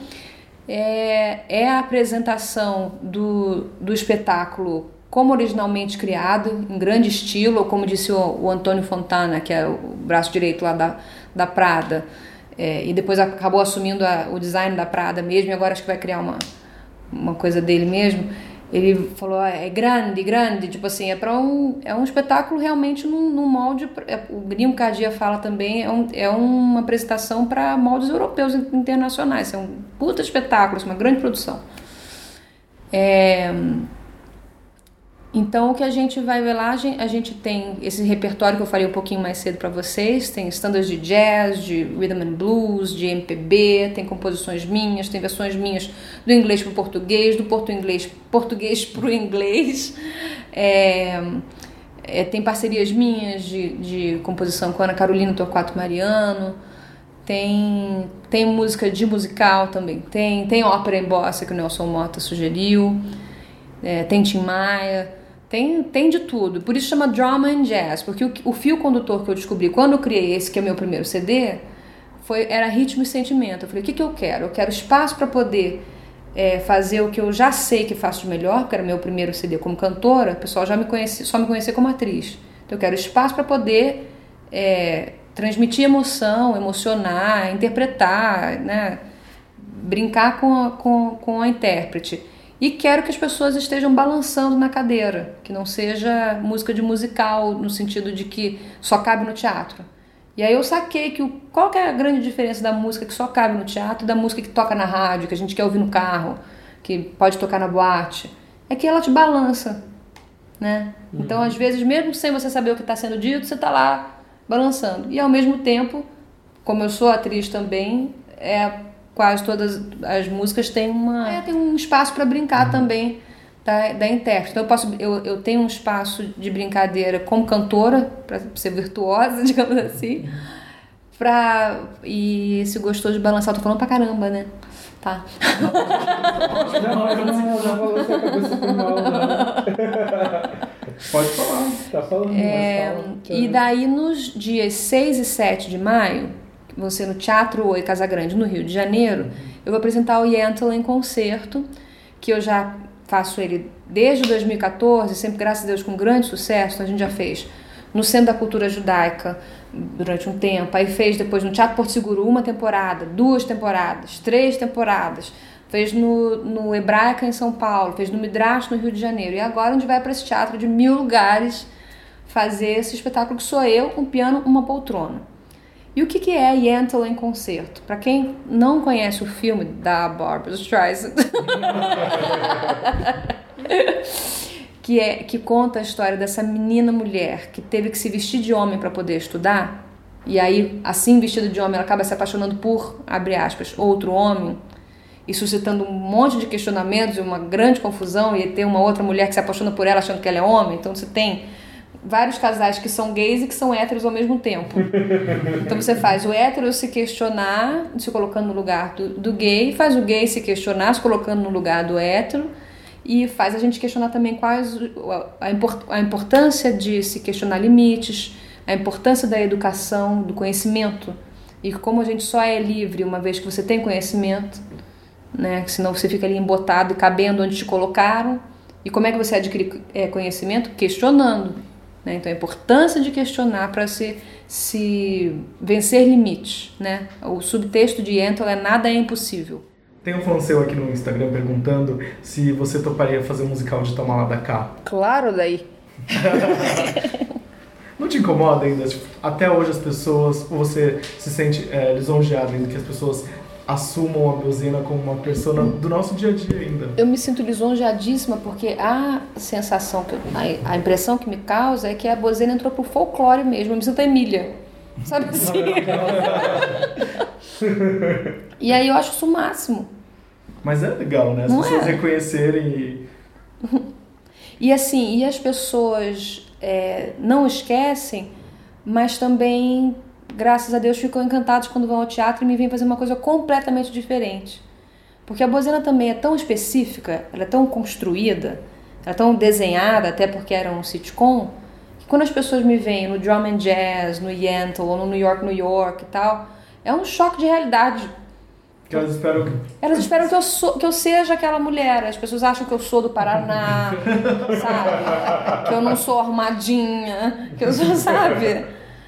é, é a apresentação do, do espetáculo como originalmente criado, em grande estilo, ou como disse o, o Antônio Fontana, que é o braço direito lá da, da Prada, é, e depois acabou assumindo a, o design da Prada mesmo, e agora acho que vai criar uma... uma coisa dele mesmo. Ele falou, é grande, grande, tipo assim, é para um, é um espetáculo realmente num, num molde, é, o Gringo Cardia fala também, é, um, é uma apresentação para moldes europeus internacionais, é um puta espetáculo, é uma grande produção. É, então o que a gente vai ver lá, a gente, a gente tem esse repertório que eu falei um pouquinho mais cedo para vocês, tem standards de jazz, de rhythm and blues, de M P B, tem composições minhas, tem versões minhas do inglês para o português, do português português para o inglês, é, é, tem parcerias minhas de, de composição com a Ana Carolina Torquato Mariano, tem, tem música de musical também, tem, tem ópera em bossa que o Nelson Mota sugeriu, é, tem Tim Maia. Tem, tem de tudo, por isso chama Drama and Jazz, porque o, o fio condutor que eu descobri quando eu criei esse, que é meu primeiro C D, foi, era ritmo e sentimento. Eu falei, o que, que eu quero? Eu quero espaço para poder é, fazer o que eu já sei que faço de melhor, porque era meu primeiro C D como cantora, o pessoal já me conhecia, só me conhecia como atriz. Então eu quero espaço para poder é, transmitir emoção, emocionar, interpretar, né? Brincar com a, com, com a intérprete. E quero que as pessoas estejam balançando na cadeira, que não seja música de musical, no sentido de que só cabe no teatro. E aí eu saquei que o, qual que é a grande diferença da música que só cabe no teatro e da música que toca na rádio, que a gente quer ouvir no carro, que pode tocar na boate, é que ela te balança, né? Uhum. Então, às vezes, mesmo sem você saber o que está sendo dito, você está lá balançando. E, ao mesmo tempo, como eu sou atriz também, é... quase todas as músicas têm, uma, é, tem um espaço para brincar uhum. também da, da intérprete. Então eu, posso, eu, eu tenho um espaço de brincadeira como cantora, para ser virtuosa, digamos assim. Pra, e se gostou de balançar, eu tô falando pra caramba, né? Tá. Não, eu não vou balançar a cabeça por mal, não. Pode falar. Tá falando, É, mas fala. e daí nos dias seis e sete de maio, você no Teatro Oi Casagrande, no Rio de Janeiro, eu vou apresentar o Yentl em concerto, que eu já faço ele desde dois mil e quatorze, sempre, graças a Deus, com grande sucesso. Então, a gente já fez no Centro da Cultura Judaica durante um tempo, aí fez depois no Teatro Porto Seguro uma temporada, duas temporadas, três temporadas, fez no, no Hebraica em São Paulo, fez no Midrash no Rio de Janeiro, e agora a gente vai para esse teatro de mil lugares fazer esse espetáculo que sou eu, um piano, uma poltrona. E o que, que é Yentl em concerto? Para quem não conhece o filme da Barbra Streisand, que, é, que conta a história dessa menina mulher que teve que se vestir de homem para poder estudar, e aí, assim vestida de homem, ela acaba se apaixonando por, abre aspas, outro homem, e suscitando um monte de questionamentos e uma grande confusão, e ter uma outra mulher que se apaixona por ela achando que ela é homem. Então você tem vários casais que são gays e que são héteros ao mesmo tempo. Então você faz o hétero se questionar, se colocando no lugar do, do gay, faz o gay se questionar, se colocando no lugar do hétero, e faz a gente questionar também quais a, import, a importância de se questionar limites, a importância da educação, do conhecimento, e como a gente só é livre uma vez que você tem conhecimento, né? Senão você fica ali embotado e cabendo onde te colocaram. E como é que você adquire é, conhecimento? Questionando. Né? Então a importância de questionar para se, se vencer limites, né? O subtexto de Yentl é nada é impossível. Tem um fã seu aqui no Instagram perguntando se você toparia fazer um musical de Toma Lá da Cá. Claro, daí. Não te incomoda ainda? Tipo, até hoje as pessoas, você se sente é, lisonjeado ainda que as pessoas assumam a Bozena como uma persona do nosso dia a dia ainda? Eu me sinto lisonjeadíssima porque a sensação, que eu, a, a impressão que me causa é que a Bozena entrou pro folclore mesmo. Eu me sinto Emília, sabe assim? E aí eu acho isso o máximo. Mas é legal, né? As Não pessoas é? reconhecerem e... E assim, e as pessoas é, não esquecem, mas também, graças a Deus, ficam encantados quando vão ao teatro e me vêm fazer uma coisa completamente diferente. Porque a Bozena também é tão específica, ela é tão construída, ela é tão desenhada, até porque era um sitcom, que quando as pessoas me veem no Drum and Jazz, no Yentl, ou no New York, New York e tal, é um choque de realidade. Que elas esperam que... Elas esperam que eu, sou, que eu seja aquela mulher. As pessoas acham que eu sou do Paraná, sabe? Que eu não sou arrumadinha, que eu sou, sabe?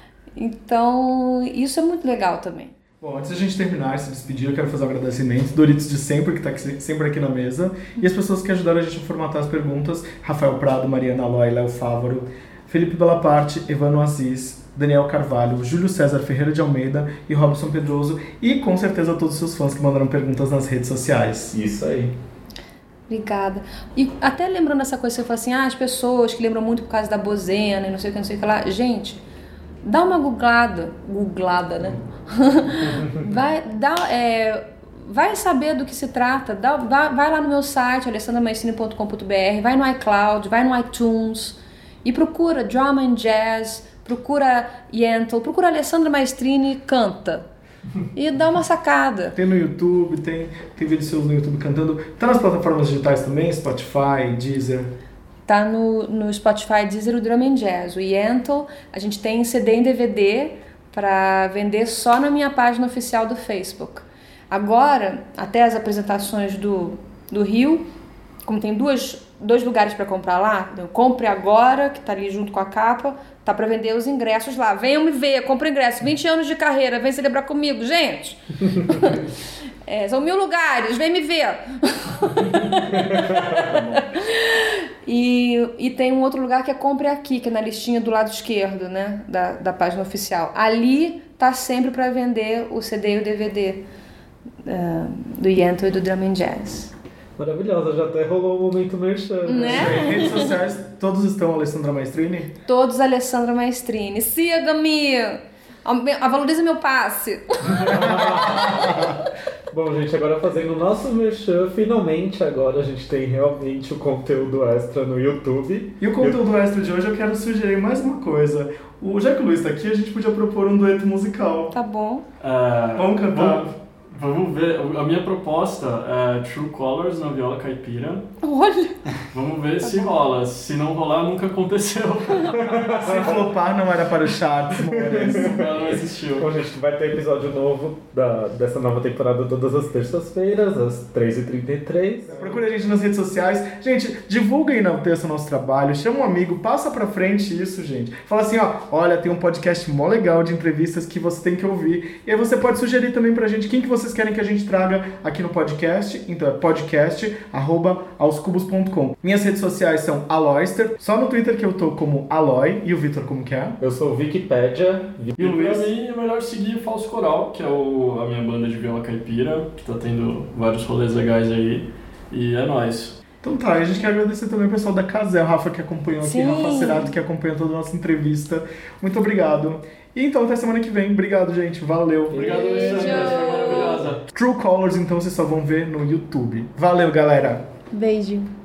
Então, isso é muito legal também. Bom, antes da gente terminar e se despedir, eu quero fazer um agradecimento. Doritos de sempre, que está aqui, sempre aqui na mesa. E as pessoas que ajudaram a gente a formatar as perguntas. Rafael Prado, Mariana Aloy, Léo Fávaro, Felipe Belaparte, Evano Assis, Daniel Carvalho, Júlio César Ferreira de Almeida e Robson Pedroso. E com certeza todos os seus fãs que mandaram perguntas nas redes sociais. Isso aí. Obrigada. E até lembrando essa coisa, você fala assim, ah, as pessoas que lembram muito por causa da Bozena e não sei o que, não sei o que lá. Gente, dá uma googlada, googlada, né? vai, dá, é, vai saber do que se trata, dá, vai, vai lá no meu site, alessandra maestrine ponto com ponto b r, vai no iCloud, vai no iTunes e procura Drum and Jazz, procura Yentl, procura Alessandra Maestrine canta e dá uma sacada. Tem no YouTube, tem, tem vídeos seus no YouTube cantando. Tá nas plataformas digitais também, Spotify, Deezer. Tá no, no Spotify, Deezer, o Drum and Jazz. O Yentl, a gente tem C D em D V D para vender só na minha página oficial do Facebook. Agora, até as apresentações do, do Rio, como tem duas, dois lugares para comprar lá, então, compre agora, que tá ali junto com a capa, tá para vender os ingressos lá. Venham me ver, compre ingresso, vinte anos de carreira, vem celebrar comigo, gente. É, são mil lugares, vem me ver. e, e tem um outro lugar que é Compre Aqui, que é na listinha do lado esquerdo, né, da, da página oficial. Ali tá sempre para vender o C D e o D V D uh, do Yentl e do Drum and Jazz. Maravilhosa, já até rolou o momento merchan. Né? Em redes sociais, todos estão Alessandra Maestrine? Todos Alessandra Maestrine. Siga-me! A- Valoriza meu passe. Bom, gente, agora fazendo o nosso merchan, finalmente agora a gente tem realmente o conteúdo extra no YouTube. E o conteúdo extra de hoje eu quero sugerir mais uma coisa. O, já que o Luiz está aqui, a gente podia propor um dueto musical. Tá bom. Ah, Vamos cantar? Vamos, Vamos ver, a minha proposta é True Colors na viola caipira. Olha! Vamos ver se rola. Se não rolar, nunca aconteceu. Se flopar, não era para o Charles Moores. Ela não existiu. Bom, gente, vai ter episódio novo da, dessa nova temporada todas as terças-feiras, às três e trinta e três. Procure a gente nas redes sociais. Gente, divulguem na terça o nosso trabalho. Chama um amigo, passa pra frente isso, gente. Fala assim, ó, olha, tem um podcast mó legal de entrevistas que você tem que ouvir. E aí você pode sugerir também pra gente quem que vocês querem que a gente traga aqui no podcast. Então é podcast arroba aoscubos ponto com. Minhas redes sociais são Aloyster. Só no Twitter que eu tô como Aloy. E o Vitor como que é? Eu sou o Wikipédia. E o Luiz, pra mim, é melhor seguir o Falso Coral, que é o, a minha banda de viola caipira, que tá tendo vários rolês legais aí. E é nóis. Então tá, a gente quer agradecer também o pessoal da Casé, o Rafa que acompanhou aqui, Sim. Rafa Cerato que acompanhou toda a nossa entrevista. Muito obrigado. E então até semana que vem. Obrigado, gente. Valeu. Obrigado, Luiz. Foi maravilhosa. True Colors, então, vocês só vão ver no YouTube. Valeu, galera. Beijo.